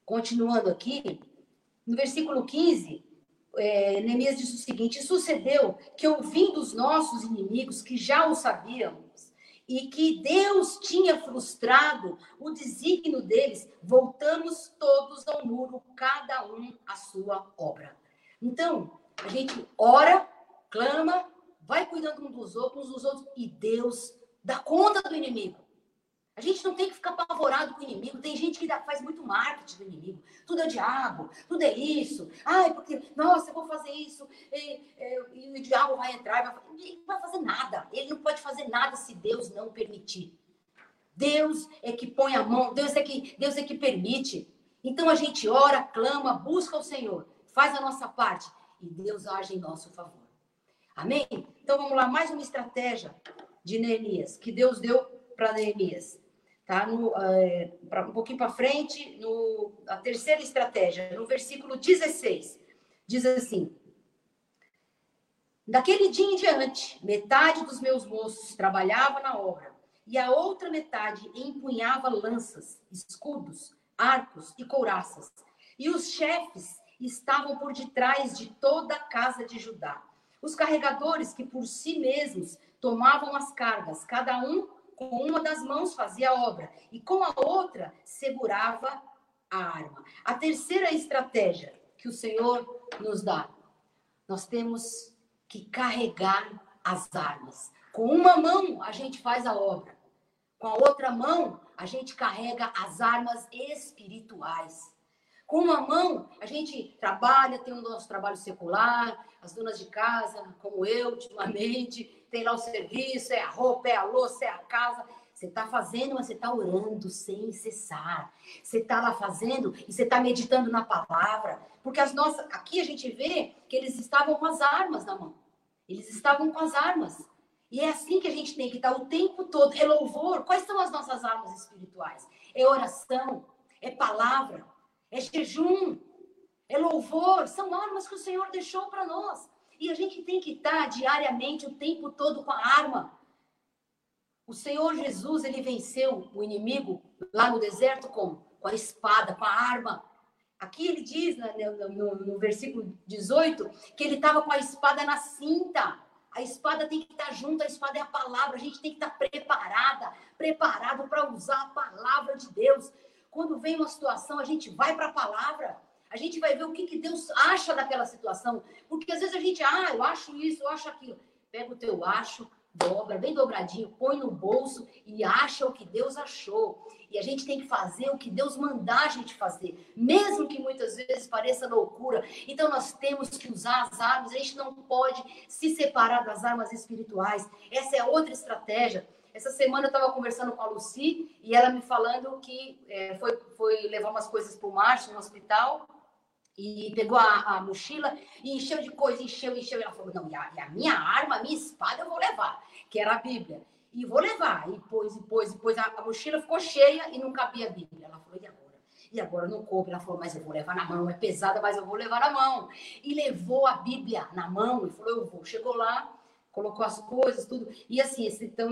continuando aqui, no versículo quinze, é, Neemias diz o seguinte: sucedeu que, ouvindo os nossos inimigos, que já o sabíamos, e que Deus tinha frustrado o desígnio deles, voltamos todos ao muro, cada um à sua obra. Então, a gente ora, clama, vai cuidando uns dos outros, uns dos outros, e Deus dá conta do inimigo. A gente não tem que ficar apavorado com o inimigo. Tem gente que faz muito marketing do inimigo. Tudo é diabo, tudo é isso. Ai, porque, nossa, eu vou fazer isso. E, e, e o diabo vai entrar. Vai, ele não vai fazer nada. Ele não pode fazer nada se Deus não permitir. Deus é que põe a mão. Deus é que, Deus é que permite. Então a gente ora, clama, busca o Senhor. Faz a nossa parte. E Deus age em nosso favor. Amém? Então vamos lá. Mais uma estratégia de Neemias. Que Deus deu para Neemias. Tá? No, é, pra, um pouquinho para frente, no, a terceira estratégia, no versículo dezesseis, diz assim: daquele dia em diante, metade dos meus moços trabalhava na obra, e a outra metade empunhava lanças, escudos, arcos e couraças. E os chefes estavam por detrás de toda a casa de Judá. Os carregadores que por si mesmos tomavam as cargas, cada um com uma das mãos fazia a obra e com a outra segurava a arma. A terceira estratégia que o Senhor nos dá: nós temos que carregar as armas. Com uma mão a gente faz a obra, com a outra mão a gente carrega as armas espirituais. Com uma mão a gente trabalha, tem o nosso trabalho secular, as donas de casa, como eu, ultimamente, tem lá o serviço, é a roupa, é a louça, é a casa. Você está fazendo, mas você está orando sem cessar. Você está lá fazendo e você está meditando na palavra. Porque as nossas, aqui a gente vê que eles estavam com as armas na mão. Eles estavam com as armas. E é assim que a gente tem que estar o tempo todo. É louvor. Quais são as nossas armas espirituais? É oração, é palavra, é jejum, é louvor. São armas que o Senhor deixou para nós. E a gente tem que estar diariamente, o tempo todo, com a arma. O Senhor Jesus, ele venceu o inimigo lá no deserto como? Com a espada, com a arma. Aqui ele diz, no, no, no versículo dezoito, que ele estava com a espada na cinta. A espada tem que estar junto, a espada é a palavra. A gente tem que estar preparada, preparado para usar a palavra de Deus. Quando vem uma situação, a gente vai para a palavra. A gente vai ver o que, que Deus acha daquela situação. Porque às vezes a gente, ah, eu acho isso, eu acho aquilo. Pega o teu acho, dobra, bem dobradinho, põe no bolso e acha o que Deus achou. E a gente tem que fazer o que Deus mandar a gente fazer. Mesmo que muitas vezes pareça loucura. Então nós temos que usar as armas. A gente não pode se separar das armas espirituais. Essa é outra estratégia. Essa semana eu estava conversando com a Lucy e ela me falando que é, foi, foi levar umas coisas para o Márcio no hospital e pegou a, a mochila e encheu de coisa, encheu, encheu. E ela falou, não, e a, e a minha arma, a minha espada eu vou levar, que era a Bíblia. E vou levar. E pôs, e pôs, e pôs. A, a mochila ficou cheia e não cabia a Bíblia. Ela falou, e agora? E agora não coube. Ela falou, mas eu vou levar na mão. É pesada, mas eu vou levar na mão. E levou a Bíblia na mão e falou, eu vou. Chegou lá, colocou as coisas, tudo. E assim,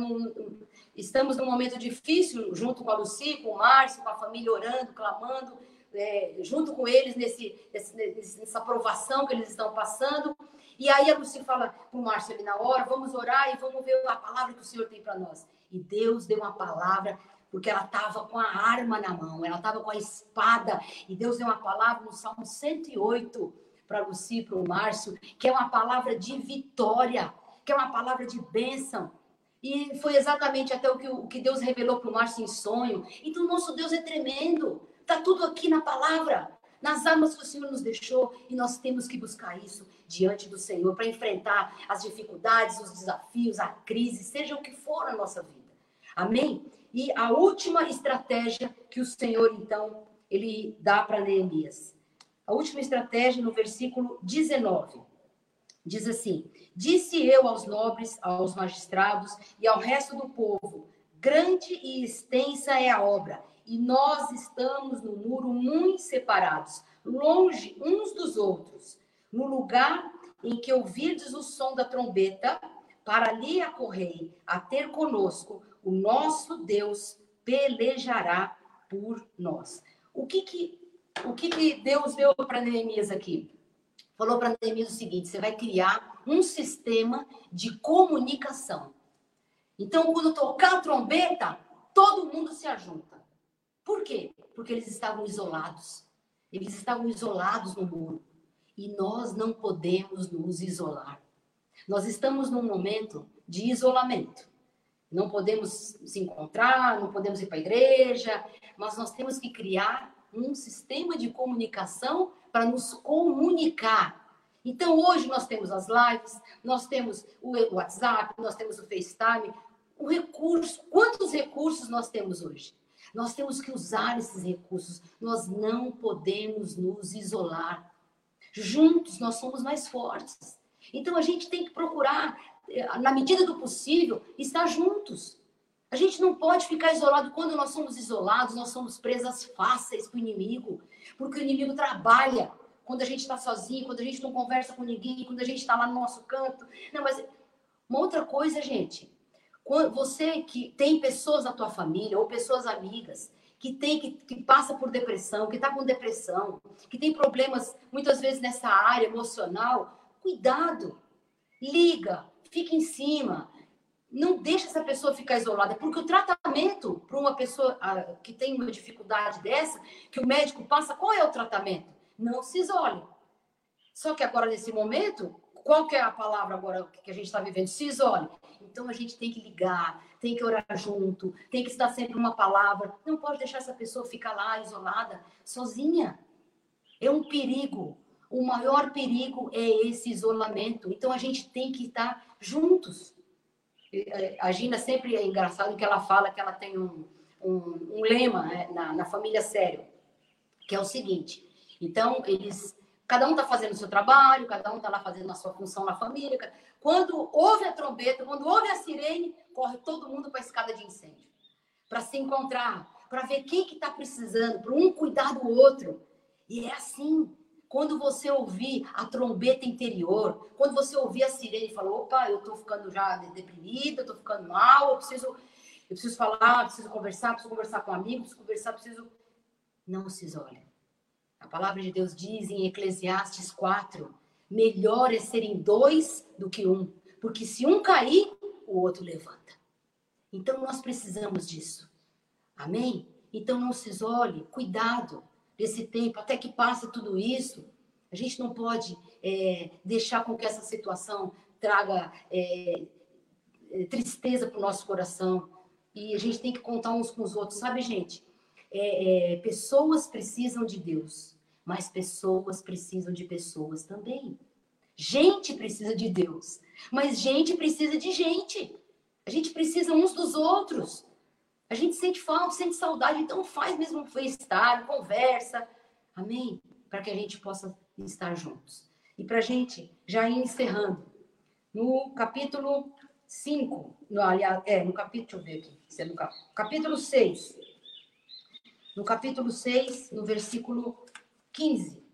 estamos num momento difícil, junto com a Lucy, com o Márcio, com a família orando, clamando, é, junto com eles nesse, nesse, nessa aprovação que eles estão passando. E aí a Lucy fala para o Márcio ali na hora, vamos orar e vamos ver a palavra que o Senhor tem para nós. E Deus deu uma palavra, porque ela estava com a arma na mão, ela estava com a espada. E Deus deu uma palavra no Salmo cento e oito para a Lucy e para o Márcio, que é uma palavra de vitória, que é uma palavra de bênção. E foi exatamente até o que, o que Deus revelou para o Márcio em sonho. Então, o nosso Deus é tremendo. Está tudo aqui na palavra, nas armas que o Senhor nos deixou. E nós temos que buscar isso diante do Senhor para enfrentar as dificuldades, os desafios, a crise, seja o que for na nossa vida. Amém? E a última estratégia que o Senhor, então, ele dá para Neemias. A última estratégia no versículo dezenove. Diz assim, disse eu aos nobres, aos magistrados e ao resto do povo, grande e extensa é a obra, e nós estamos no muro muito separados, longe uns dos outros. No lugar em que ouvirdes o som da trombeta, para ali acorrei a ter conosco, o nosso Deus pelejará por nós. O que que o que, que Deus deu para Neemias aqui? Falou para Neemias o seguinte: você vai criar um sistema de comunicação. Então, quando tocar a trombeta, todo mundo se ajunta. Por quê? Porque eles estavam isolados. Eles estavam isolados no muro. E nós não podemos nos isolar. Nós estamos num momento de isolamento. Não podemos se encontrar, não podemos ir para a igreja, mas nós temos que criar um sistema de comunicação para nos comunicar. Então, hoje nós temos as lives, nós temos o WhatsApp, nós temos o FaceTime. O recurso, quantos recursos nós temos hoje? Nós temos que usar esses recursos. Nós não podemos nos isolar. Juntos nós somos mais fortes. Então, a gente tem que procurar, na medida do possível, estar juntos. A gente não pode ficar isolado. Quando nós somos isolados, nós somos presas fáceis para o inimigo. Porque o inimigo trabalha quando a gente está sozinho, quando a gente não conversa com ninguém, quando a gente está lá no nosso canto. Não, mas uma outra coisa, gente, quando você que tem pessoas na tua família ou pessoas amigas que tem que, que passa por depressão, que está com depressão, que tem problemas muitas vezes nessa área emocional, cuidado, liga, fica em cima. Não deixa essa pessoa ficar isolada, porque o tratamento para uma pessoa uh, que tem uma dificuldade dessa, que o médico passa, qual é o tratamento? Não se isole. Só que agora, nesse momento, qual que é a palavra agora que a gente está vivendo? Se isole. Então, a gente tem que ligar, tem que orar junto, tem que estar sempre uma palavra. Não pode deixar essa pessoa ficar lá, isolada, sozinha. É um perigo. O maior perigo é esse isolamento. Então, a gente tem que estar juntos. A Gina sempre é engraçado que ela fala que ela tem um, um, um lema, né, na, na família Sério, que é o seguinte. Então, eles, cada um está fazendo o seu trabalho, cada um está lá fazendo a sua função na família. Quando ouve a trombeta, quando ouve a sirene, corre todo mundo para a escada de incêndio. Para se encontrar, para ver quem que está precisando, para um cuidar do outro. E é assim. Quando você ouvir a trombeta interior, quando você ouvir a sirene e falar, opa, eu estou ficando já deprimida, eu estou ficando mal, eu preciso, eu preciso falar, preciso conversar, preciso conversar com amigos, preciso conversar, preciso... Não se isole. A palavra de Deus diz em Eclesiastes quatro, melhor é serem dois do que um, porque se um cair, o outro levanta. Então, nós precisamos disso. Amém? Então, não se isole, cuidado. Desse tempo, até que passe tudo isso, a gente não pode é, deixar com que essa situação traga é, tristeza para o nosso coração. E a gente tem que contar uns com os outros. Sabe, gente? É, é, pessoas precisam de Deus, mas pessoas precisam de pessoas também. Gente precisa de Deus, mas gente precisa de gente. A gente precisa uns dos outros. A gente sente falta, sente saudade, então faz mesmo um FaceTime, conversa. Amém? Para que a gente possa estar juntos. E para a gente já ir encerrando. No capítulo cinco, no, aliás, é, no capítulo, deixa eu ver aqui, se é no cap, capítulo seis. No capítulo seis, no versículo quinze.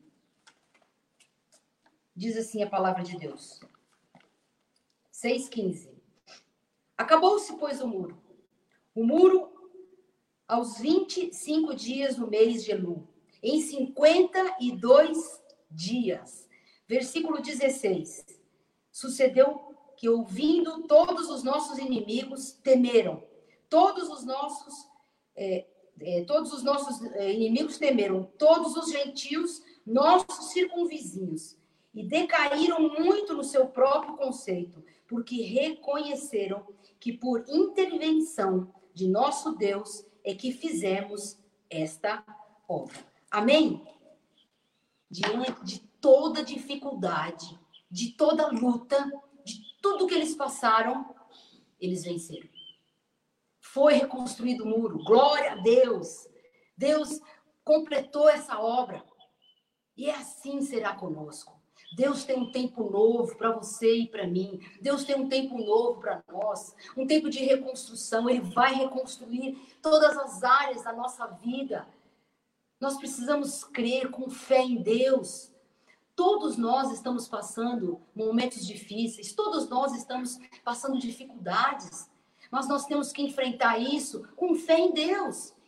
Diz assim a palavra de Deus. seis, quinze. Acabou-se, pois, o muro. O muro, aos vinte e cinco dias no mês de Elu, em cinquenta e dois dias. Versículo dezesseis. Sucedeu que, ouvindo todos os nossos inimigos, temeram. Todos os nossos, é, é, todos os nossos é, inimigos temeram. Todos os gentios, nossos circunvizinhos. E decaíram muito no seu próprio conceito, porque reconheceram que por intervenção de nosso Deus é que fizemos esta obra. Amém? Diante de toda dificuldade, de toda luta, de tudo que eles passaram, eles venceram. Foi reconstruído o muro. Glória a Deus. Deus completou essa obra. E assim será conosco. Deus tem um tempo novo para você e para mim. Deus tem um tempo novo para nós. Um tempo de reconstrução. Ele vai reconstruir todas as áreas da nossa vida. Nós precisamos crer com fé em Deus. Todos nós estamos passando momentos difíceis. Todos nós estamos passando dificuldades. Mas nós temos que enfrentar isso com fé em Deus.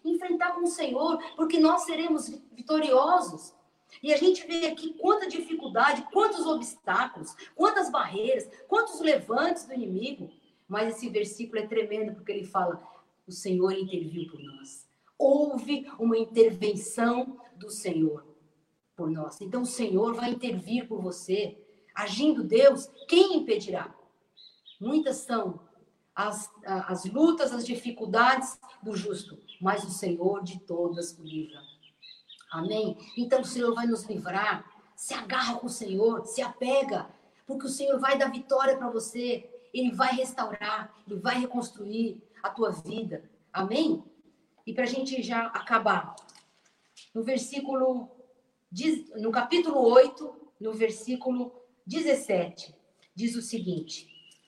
enfrentar com o Senhor, porque nós seremos vitoriosos. E a gente vê aqui quanta dificuldade, quantos obstáculos, quantas barreiras, quantos levantes do inimigo. Mas esse versículo é tremendo, porque ele fala, o Senhor interviu por nós. Houve uma intervenção do Senhor por nós. Então o Senhor vai intervir por você. Agindo Deus, quem impedirá? Muitas são as, as lutas, as dificuldades do justo, mas o Senhor de todas o livra. Amém? Então o Senhor vai nos livrar. Se agarra com o Senhor, se apega, porque o Senhor vai dar vitória para você. Ele vai restaurar, ele vai reconstruir a tua vida. Amém? E para a gente já acabar, no versículo, no capítulo oito, no versículo dezessete, diz o seguinte: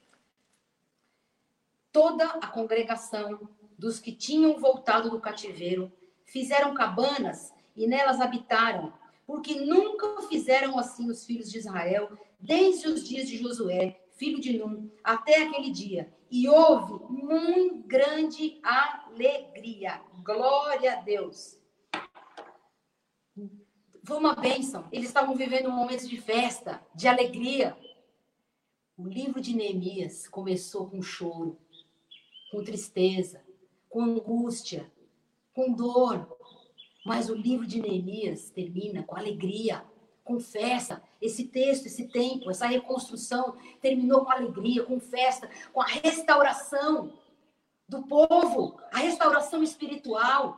toda a congregação dos que tinham voltado do cativeiro fizeram cabanas e nelas habitaram, porque nunca fizeram assim os filhos de Israel, desde os dias de Josué, filho de Num, até aquele dia. E houve muito grande alegria. Glória a Deus. Foi uma bênção. Eles estavam vivendo um momento de festa, de alegria. O livro de Neemias começou com choro, com tristeza, com angústia, com dor. Mas o livro de Neemias termina com alegria, com festa. Esse texto, esse tempo, essa reconstrução terminou com alegria, com festa, com a restauração do povo, a restauração espiritual.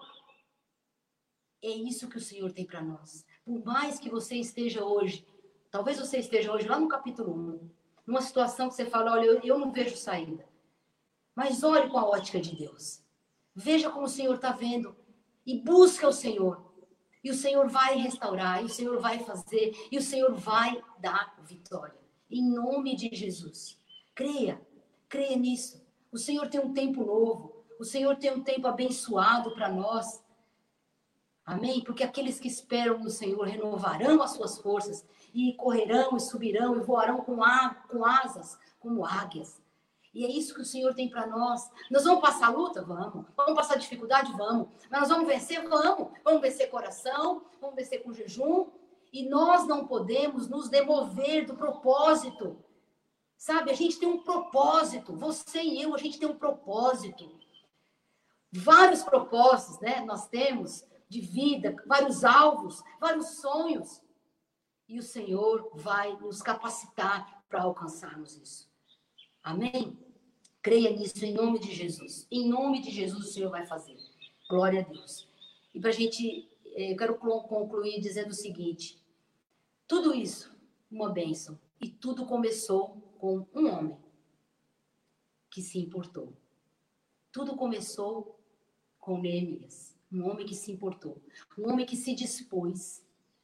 É isso que o Senhor tem para nós. Por mais que você esteja hoje, talvez você esteja hoje lá no capítulo um, numa situação que você fala, olha, eu, eu não vejo saída. Mas olhe com a ótica de Deus. Veja como o Senhor está vendo e busca o Senhor. E o Senhor vai restaurar, e o Senhor vai fazer, e o Senhor vai dar vitória. Em nome de Jesus. Creia, creia nisso. O Senhor tem um tempo novo. O Senhor tem um tempo abençoado para nós. Amém? Porque aqueles que esperam no Senhor renovarão as suas forças e correrão e subirão e voarão com, a, com asas como águias. E é isso que o Senhor tem para nós. Nós vamos passar luta? Vamos. Vamos passar dificuldade? Vamos. Mas nós vamos vencer? Vamos. Vamos vencer coração, vamos vencer com jejum. E nós não podemos nos demover do propósito. Sabe, a gente tem um propósito. Você e eu, a gente tem um propósito. Vários propósitos, né? Nós temos de vida, vários alvos, vários sonhos. E o Senhor vai nos capacitar para alcançarmos isso. Amém? Creia nisso em nome de Jesus. Em nome de Jesus o Senhor vai fazer. Glória a Deus. E para a gente, eu quero concluir dizendo o seguinte. Tudo isso, uma bênção. E tudo começou com um homem que se importou. Tudo começou com Neemias. Um homem que se importou. Um homem que se dispôs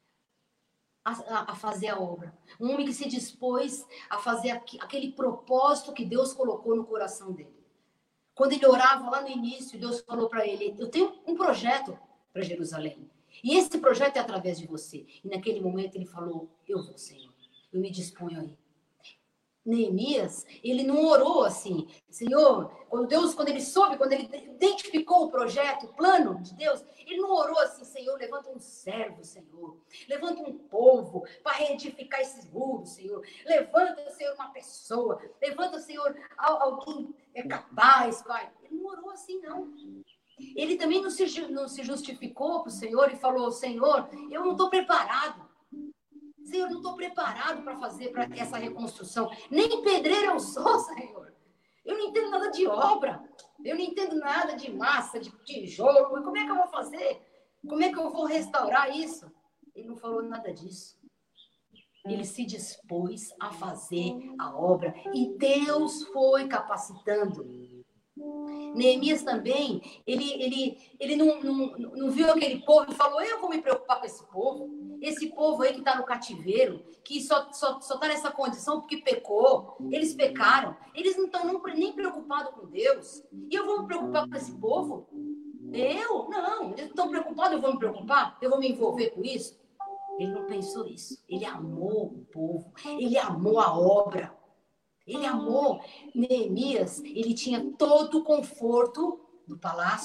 a, a, a fazer a obra. Um homem que se dispôs a fazer aqu, aquele propósito que Deus colocou no coração dele. Quando ele orava lá no início, Deus falou para ele, eu tenho um projeto para Jerusalém. E esse projeto é através de você. E naquele momento ele falou, eu vou, Senhor. Eu me disponho aí. Neemias, ele não orou assim, Senhor, quando Deus, quando ele soube, quando ele identificou o projeto, o plano de Deus, ele não orou assim, Senhor, levanta um servo, Senhor, levanta um povo para reedificar esses muros, Senhor, levanta, Senhor, uma pessoa, levanta, Senhor, alguém é capaz, Pai. Ele não orou assim, não. Ele também não se, não se justificou para o Senhor e falou, Senhor, eu não estou preparado. Senhor, eu não estou preparado para fazer para essa reconstrução. Nem pedreiro eu sou, Senhor. Eu não entendo nada de obra. Eu não entendo nada de massa, de tijolo. Como é que eu vou fazer? Como é que eu vou restaurar isso? Ele não falou nada disso. Ele se dispôs a fazer a obra. E Deus foi capacitando. Neemias também, ele, ele, ele não, não, não viu aquele povo e falou, eu vou me preocupar com esse povo. Esse povo aí que está no cativeiro, que só está só, só tá nessa condição porque pecou. Eles pecaram. Eles não estão nem preocupados com Deus. E eu vou me preocupar com esse povo? Eu? Não. Eles não estão preocupados, eu vou me preocupar? Eu vou me envolver com isso? Ele não pensou isso. Ele amou o povo. Ele amou a obra. Ele amou. Neemias, ele tinha todo o conforto do palácio.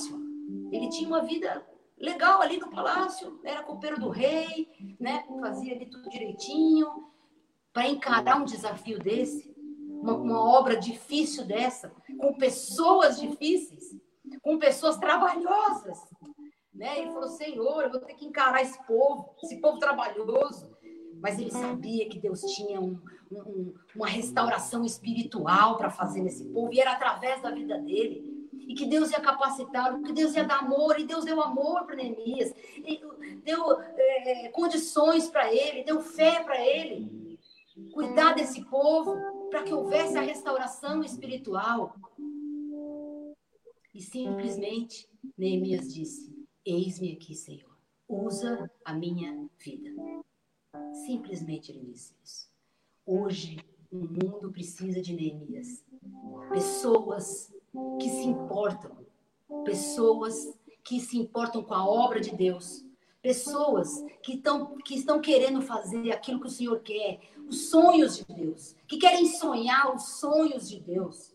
Ele tinha uma vida legal ali no palácio, era copeiro do rei, né? Fazia ali tudo direitinho. Para encarar um desafio desse, uma, uma obra difícil dessa, com pessoas difíceis, com pessoas trabalhosas, né? Ele falou, Senhor, eu vou ter que encarar esse povo, esse povo trabalhoso. Mas ele sabia que Deus tinha um, um, uma restauração espiritual para fazer nesse povo, e era através da vida dele. E que Deus ia capacitá-lo, que Deus ia dar amor, e Deus deu amor para Neemias, deu é, condições para ele, deu fé para ele. Cuidar desse povo, para que houvesse a restauração espiritual. E simplesmente, Neemias disse, eis-me aqui, Senhor, usa a minha vida. Simplesmente ele disse isso. Hoje, o mundo precisa de Neemias. Pessoas que se importam. Pessoas que se importam com a obra de Deus. Pessoas que estão, que estão querendo fazer aquilo que o Senhor quer. Os sonhos de Deus. Que querem sonhar os sonhos de Deus.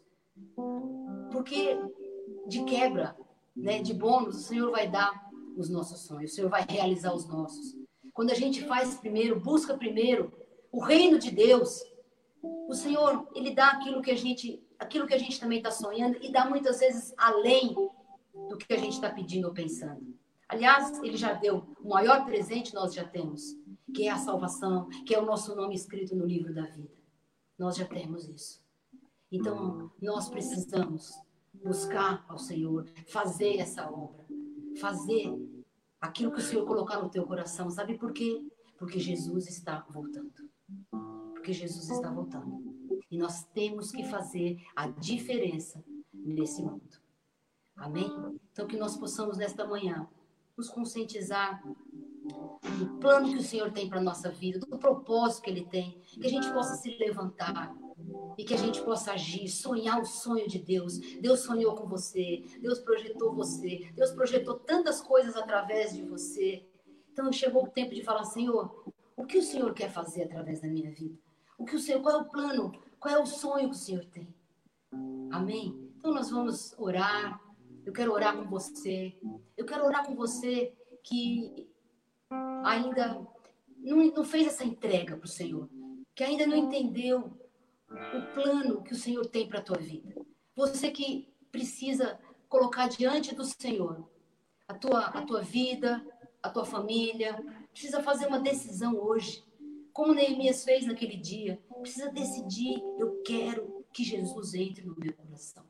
Porque de quebra, né, de bônus, o Senhor vai dar os nossos sonhos. O Senhor vai realizar os nossos. Quando a gente faz primeiro, busca primeiro o reino de Deus, o Senhor, Ele dá aquilo que a gente, aquilo que a gente também está sonhando e dá muitas vezes além do que a gente está pedindo ou pensando. Aliás, Ele já deu o maior presente, nós já temos, que é a salvação, que é o nosso nome escrito no livro da vida. Nós já temos isso. Então, nós precisamos buscar ao Senhor, fazer essa obra, fazer aquilo que o Senhor colocar no teu coração. Sabe por quê? Porque Jesus está voltando. Porque Jesus está voltando. E nós temos que fazer a diferença nesse mundo. Amém? Então que nós possamos nesta manhã nos conscientizar do plano que o Senhor tem para a nossa vida, do propósito que Ele tem, que a gente possa se levantar e que a gente possa agir, sonhar o sonho de Deus. Deus sonhou com você, Deus projetou você, Deus projetou tantas coisas através de você. Então chegou o tempo de falar, Senhor, o que o Senhor quer fazer através da minha vida? O que o Senhor, qual é o plano? Qual é o sonho que o Senhor tem? Amém? Então nós vamos orar. Eu quero orar com você. Eu quero orar com você que ainda não, não fez essa entrega para o Senhor, que ainda não entendeu o plano que o Senhor tem para a tua vida. Você que precisa colocar diante do Senhor a tua, a tua vida, a tua família, precisa fazer uma decisão hoje, como Neemias fez naquele dia. Precisa decidir, eu quero que Jesus entre no meu coração.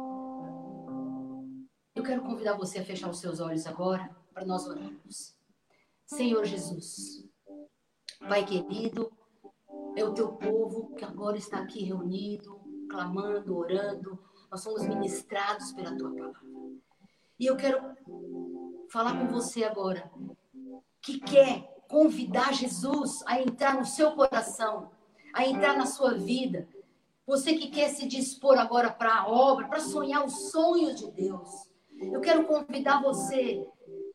Eu quero convidar você a fechar os seus olhos agora, para nós orarmos. Senhor Jesus, Pai querido, é o teu povo que agora está aqui reunido, clamando, orando. Nós somos ministrados pela tua palavra. E eu quero falar com você agora, que quer convidar Jesus a entrar no seu coração, a entrar na sua vida. Você que quer se dispor agora para a obra, para sonhar os sonhos de Deus. Eu quero convidar você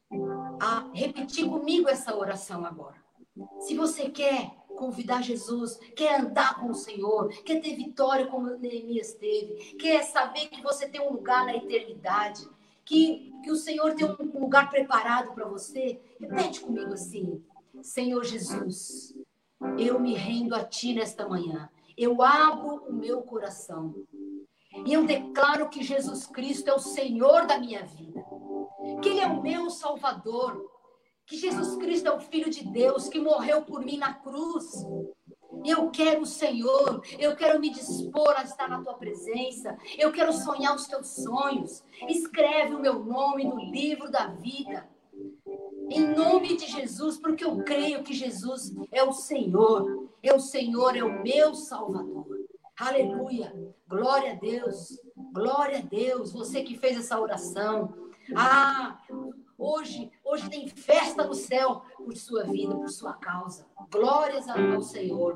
a repetir comigo essa oração agora. Se você quer convidar Jesus, quer andar com o Senhor, quer ter vitória como Neemias teve, quer saber que você tem um lugar na eternidade, que, que o Senhor tem um lugar preparado para você, repete comigo assim: Senhor Jesus, eu me rendo a Ti nesta manhã, eu abro o meu coração e eu declaro que Jesus Cristo é o Senhor da minha vida, que Ele é o meu Salvador, que Jesus Cristo é o Filho de Deus, que morreu por mim na cruz. Eu quero o Senhor, eu quero me dispor a estar na Tua presença, eu quero sonhar os Teus sonhos. Escreve o meu nome no livro da vida, em nome de Jesus, porque eu creio que Jesus é o Senhor, é o Senhor, é o meu Salvador. Aleluia, glória a Deus, glória a Deus, você que fez essa oração. Ah, Hoje, hoje tem festa no céu por sua vida, por sua causa. Glórias ao Senhor.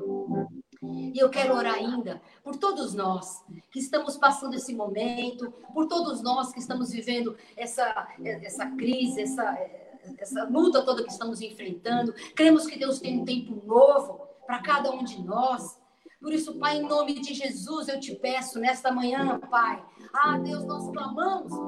E eu quero orar ainda por todos nós que estamos passando esse momento, por todos nós que estamos vivendo essa, essa crise, essa, essa luta toda que estamos enfrentando. Cremos que Deus tem um tempo novo para cada um de nós. Por isso, Pai, em nome de Jesus, eu te peço nesta manhã, Pai. Ah, Deus, nós clamamos, Pai.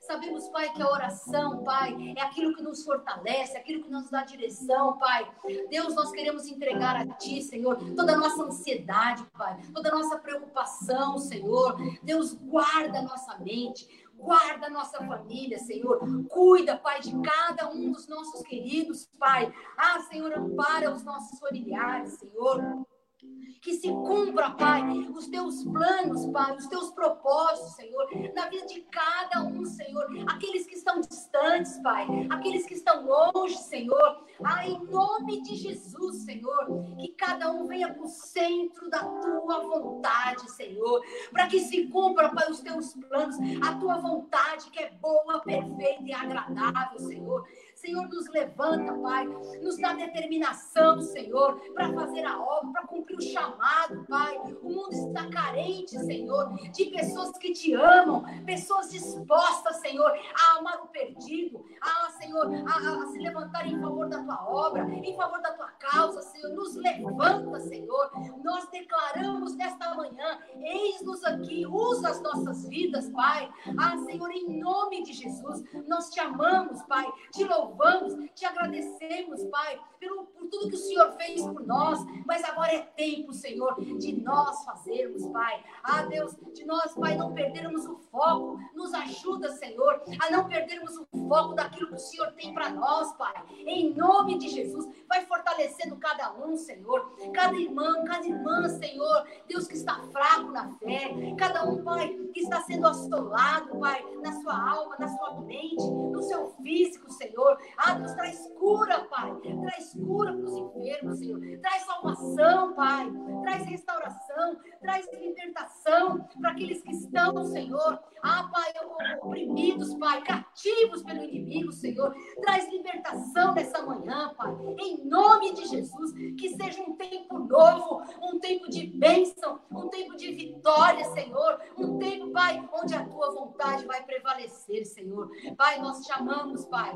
Sabemos, Pai, que a oração, Pai, é aquilo que nos fortalece, é aquilo que nos dá direção, Pai. Deus, nós queremos entregar a Ti, Senhor, toda a nossa ansiedade, Pai, toda a nossa preocupação, Senhor. Deus, guarda a nossa mente, guarda a nossa família, Senhor. Cuida, Pai, de cada um dos nossos queridos, Pai. Ah, Senhor, ampara os nossos familiares, Senhor. Que se cumpra, Pai, os teus planos, Pai, os teus propósitos, Senhor, na vida de cada um, Senhor. Aqueles que estão distantes, Pai, aqueles que estão longe, Senhor. Ah, em nome de Jesus, Senhor, que cada um venha para o centro da tua vontade, Senhor, para que se cumpra, Pai, os teus planos, a tua vontade que é boa, perfeita e agradável, Senhor. Senhor, nos levanta, Pai, nos dá determinação, Senhor, para fazer a obra, para cumprir o chamado, Pai. O mundo está carente, Senhor, de pessoas que te amam, pessoas dispostas, Senhor, a amar o perdido, a, Senhor, a, a se levantar em favor da tua obra, em favor da tua causa, Senhor. Nos levanta, Senhor. Nós declaramos nesta manhã, eis-nos aqui, usa as nossas vidas, Pai. Ah, Senhor, em nome de Jesus, nós te amamos, Pai, te louvamos. Louvamos, te agradecemos, Pai, pelo, por tudo que o Senhor fez por nós, mas agora é tempo, Senhor, de nós fazermos, Pai. Ah, Deus, de nós, Pai, não perdermos o foco. Nos ajuda, Senhor, a não perdermos o foco daquilo que o Senhor tem para nós, Pai. Em nome de Jesus, vai fortalecendo cada um, Senhor, cada irmã, cada irmã, Senhor, Deus que está fraco na fé, cada um, Pai, que está sendo assolado, Pai, na sua alma, na sua mente, no seu físico, Senhor. Ah, Deus, traz cura, Pai. Traz cura para os enfermos, Senhor. Traz salvação, Pai. Traz restauração. Traz libertação para aqueles que estão, Senhor. Ah, Pai, oprimidos, Pai. Cativos pelo inimigo, Senhor. Traz libertação nessa manhã, Pai. Em nome de Jesus. Que seja um tempo novo. Um tempo de bênção. Um tempo de vitória, Senhor. Um tempo, Pai, onde a tua vontade vai prevalecer, Senhor. Pai, nós te amamos, Pai.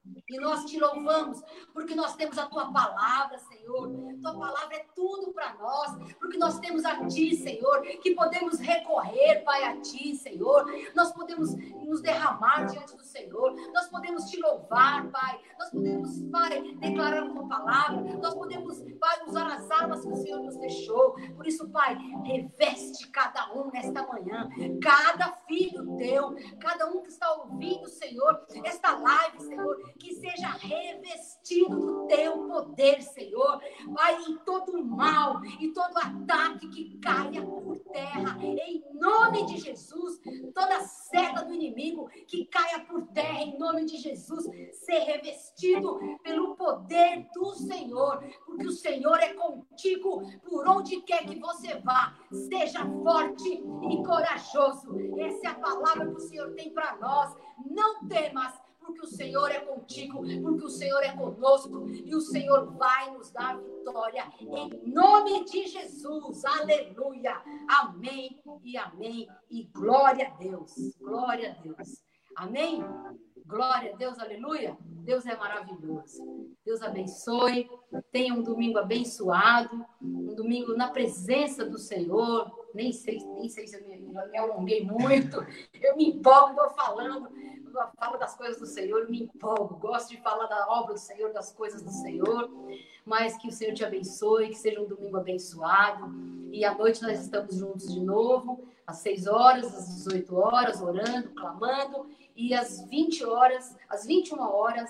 E nós te louvamos, porque nós temos a tua palavra, Senhor. Tua palavra é tudo para nós, porque nós temos a ti, Senhor, que podemos recorrer, Pai, a ti, Senhor. Nós podemos nos derramar diante do Senhor. Nós podemos te louvar, Pai. Nós podemos, Pai, declarar a tua palavra. Nós podemos, Pai, usar as armas que o Senhor nos deixou. Por isso, Pai, reveste cada um nesta manhã. Cada filho teu, cada um que está ouvindo, Senhor, esta live, Senhor, que seja revestido do teu poder, Senhor. Pai, em todo mal e todo ataque que caia por terra, em nome de Jesus, toda seta do inimigo que caia por terra, em nome de Jesus, ser revestido pelo poder do Senhor, porque o Senhor é contigo por onde quer que você vá. Seja forte e corajoso. Essa é a palavra que o Senhor tem para nós. Não temas, porque o Senhor é contigo, porque o Senhor é conosco e o Senhor vai nos dar vitória em nome de Jesus. Aleluia. Amém e amém. E glória a Deus. Glória a Deus. Amém? Glória a Deus, aleluia. Deus é maravilhoso. Deus abençoe. Tenha um domingo abençoado, um domingo na presença do Senhor. Nem sei, nem sei se eu me, me alonguei muito. Eu me empolgo, estou falando, eu falo das coisas do Senhor, eu me empolgo. Gosto de falar da obra do Senhor, das coisas do Senhor. Mas que o Senhor te abençoe, que seja um domingo abençoado. E à noite nós estamos juntos de novo, às seis horas, às dezoito horas, orando, clamando. E às vinte horas, às vinte e uma horas,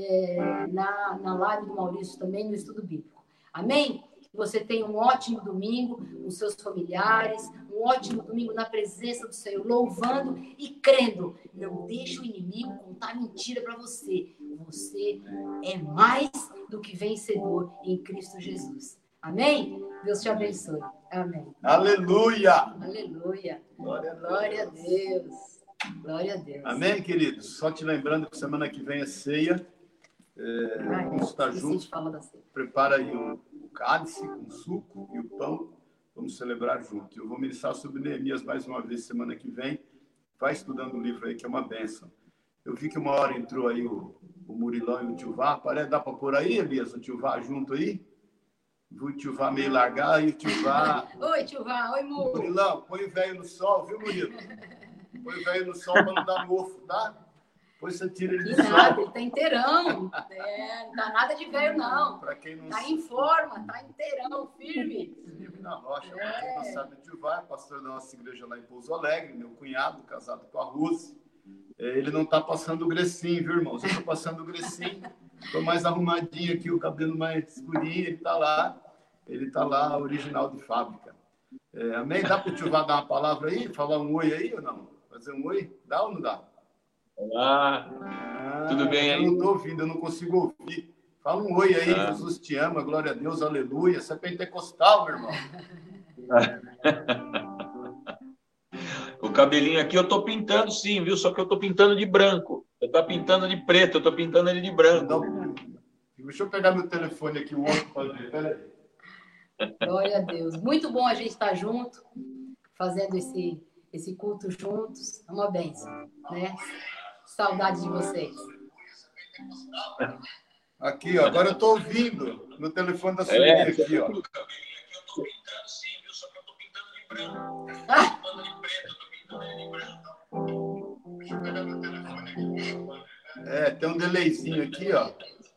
é, na, na live do Maurício também, no Estudo Bíblico. Amém? Que você tenha um ótimo domingo com seus familiares, um ótimo domingo na presença do Senhor, louvando e crendo. Não deixe o inimigo contar mentira para você. Você é mais do que vencedor em Cristo Jesus. Amém? Deus te abençoe. Amém. Aleluia! Aleluia. Glória a Deus. Glória a Deus. Glória a Deus. Amém, queridos? Só te lembrando que semana que vem é ceia. É, ah, é. Vamos estar juntos. Prepara aí o, o cálice, o suco e o pão. Vamos celebrar juntos. Eu vou ministrar sobre Neemias mais uma vez semana que vem. Vai estudando o livro aí, que é uma bênção. Eu vi que uma hora entrou aí o, o Murilão e o Tio Vá. Parece, dá para pôr aí, Elias, o Tio Vá junto aí? O Tio Vá meio largar e o Tio Vá... Oi, Tio Vá. Oi, Murilo. Murilão, põe o velho no sol, viu, Murilo? põe o velho no sol para não dar mofo, tá? Depois você tira ele Que do nada, sol. ele tá inteirão. É, não dá nada de velho, não. Para quem não Tá sabe. em forma, tá inteirão, firme. Firme na rocha. É. Para quem não sabe, o tio Vai, pastor da nossa igreja lá em Pouso Alegre, meu cunhado, casado com a Rose. Ele não tá passando o grecinho, viu, irmãos? Eu tô passando o grecinho. Tô mais arrumadinho aqui, o cabelo mais escurinho. Ele tá lá. Ele tá lá, original de fábrica. É, amém? Dá para o tio Vá dar uma palavra aí? Falar um oi aí ou não? Fazer um oi? Dá ou não dá? Olá, ah, tudo bem aí? Eu não estou ouvindo, eu não consigo ouvir. Fala um oi aí, ah. Jesus te ama, glória a Deus, aleluia. Você é pentecostal, meu irmão. O cabelinho aqui eu tô pintando sim, viu? Só que eu tô pintando de branco. Eu tô pintando de preto, eu tô pintando ele de branco. Não, deixa eu pegar meu telefone aqui, o outro para ver. Peraí. Glória a Deus. Muito bom a gente estar junto, fazendo esse, esse culto juntos. É uma bênção, né? Saudade de vocês. Aqui, ó, agora eu estou ouvindo no telefone da Sueli é, aqui, ó. É, tem um delayzinho aqui, ó.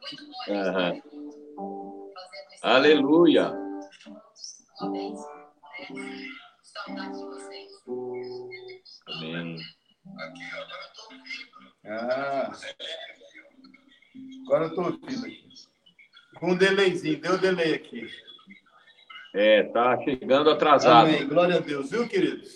Uhum. Aleluia. Saudade de vocês. Amém. Ah, agora eu estou ouvindo aqui. Com um delayzinho, deu delay aqui. É, tá chegando atrasado. Amém, glória a Deus, viu, queridos?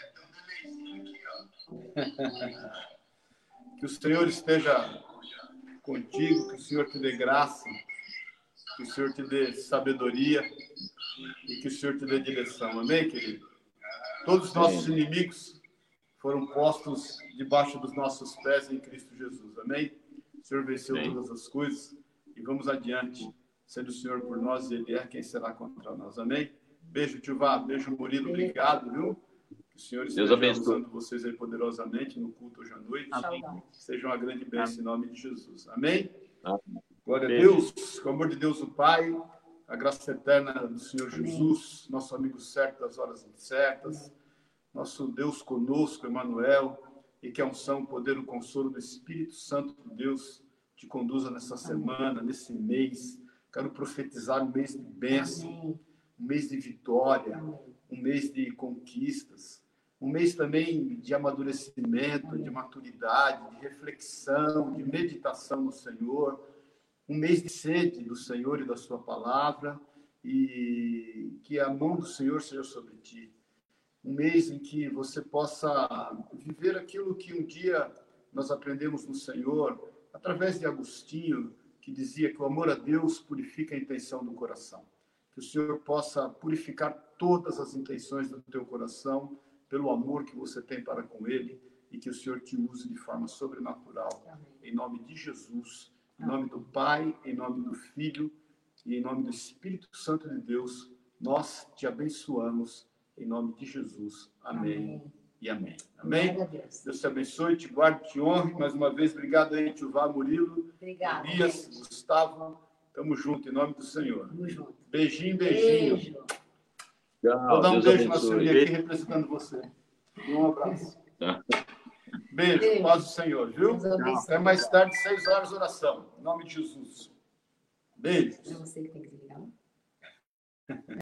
Que o Senhor esteja contigo, que o Senhor te dê graça, que o Senhor te dê sabedoria e que o Senhor te dê direção. Amém, querido? Todos os nossos Amém. Inimigos foram postos debaixo dos nossos pés em Cristo Jesus. Amém? O Senhor venceu Amém. Todas as coisas e vamos adiante. Sendo o Senhor por nós e Ele é, quem será contra nós. Amém? Beijo, tio Vá. Beijo, Murilo. Obrigado, viu? Que o Senhor esteja usando vocês aí poderosamente no culto hoje à noite. Amém. Seja uma grande bênção em nome de Jesus. Amém? Amém. Glória a Deus. Com o amor de Deus, o Pai, a graça eterna do Senhor Amém. Jesus, nosso amigo certo das horas incertas, Amém. Nosso Deus conosco, Emmanuel, e que a unção, o poder, o consolo do Espírito Santo de Deus te conduza nessa semana, nesse mês. Quero profetizar um mês de bênção, Amém. Um mês de vitória, Amém. Um mês de conquistas, um mês também de amadurecimento, Amém. De maturidade, de reflexão, de meditação no Senhor, um mês de sede do Senhor e da sua palavra, e que a mão do Senhor seja sobre ti. Um mês em que você possa viver aquilo que um dia nós aprendemos no Senhor, através de Agostinho, que dizia que o amor a Deus purifica a intenção do coração. Que o Senhor possa purificar todas as intenções do teu coração pelo amor que você tem para com Ele e que o Senhor te use de forma sobrenatural. Amém. Em nome de Jesus, em nome do Pai, em nome do Filho e em nome do Espírito Santo de Deus, nós te abençoamos em nome de Jesus. Amém. Amém. E amém. Amém? Deus. Deus te abençoe, te guarde, te honre. Mais uma vez, obrigado aí, tio Vá, Murilo, Obrigada, Elias, gente. Gustavo. Tamo junto, em nome do Senhor. Tamo junto. Beijinho, beijinho. Beijo. Tchau, vou dar um Deus beijo abençoe. na Sueli aqui, representando você. Um abraço. Tá. Beijo, beijo. Paz do Senhor, viu? Até mais tarde, seis horas, oração. Em nome de Jesus. Beijo. É você que tem que desligar, não?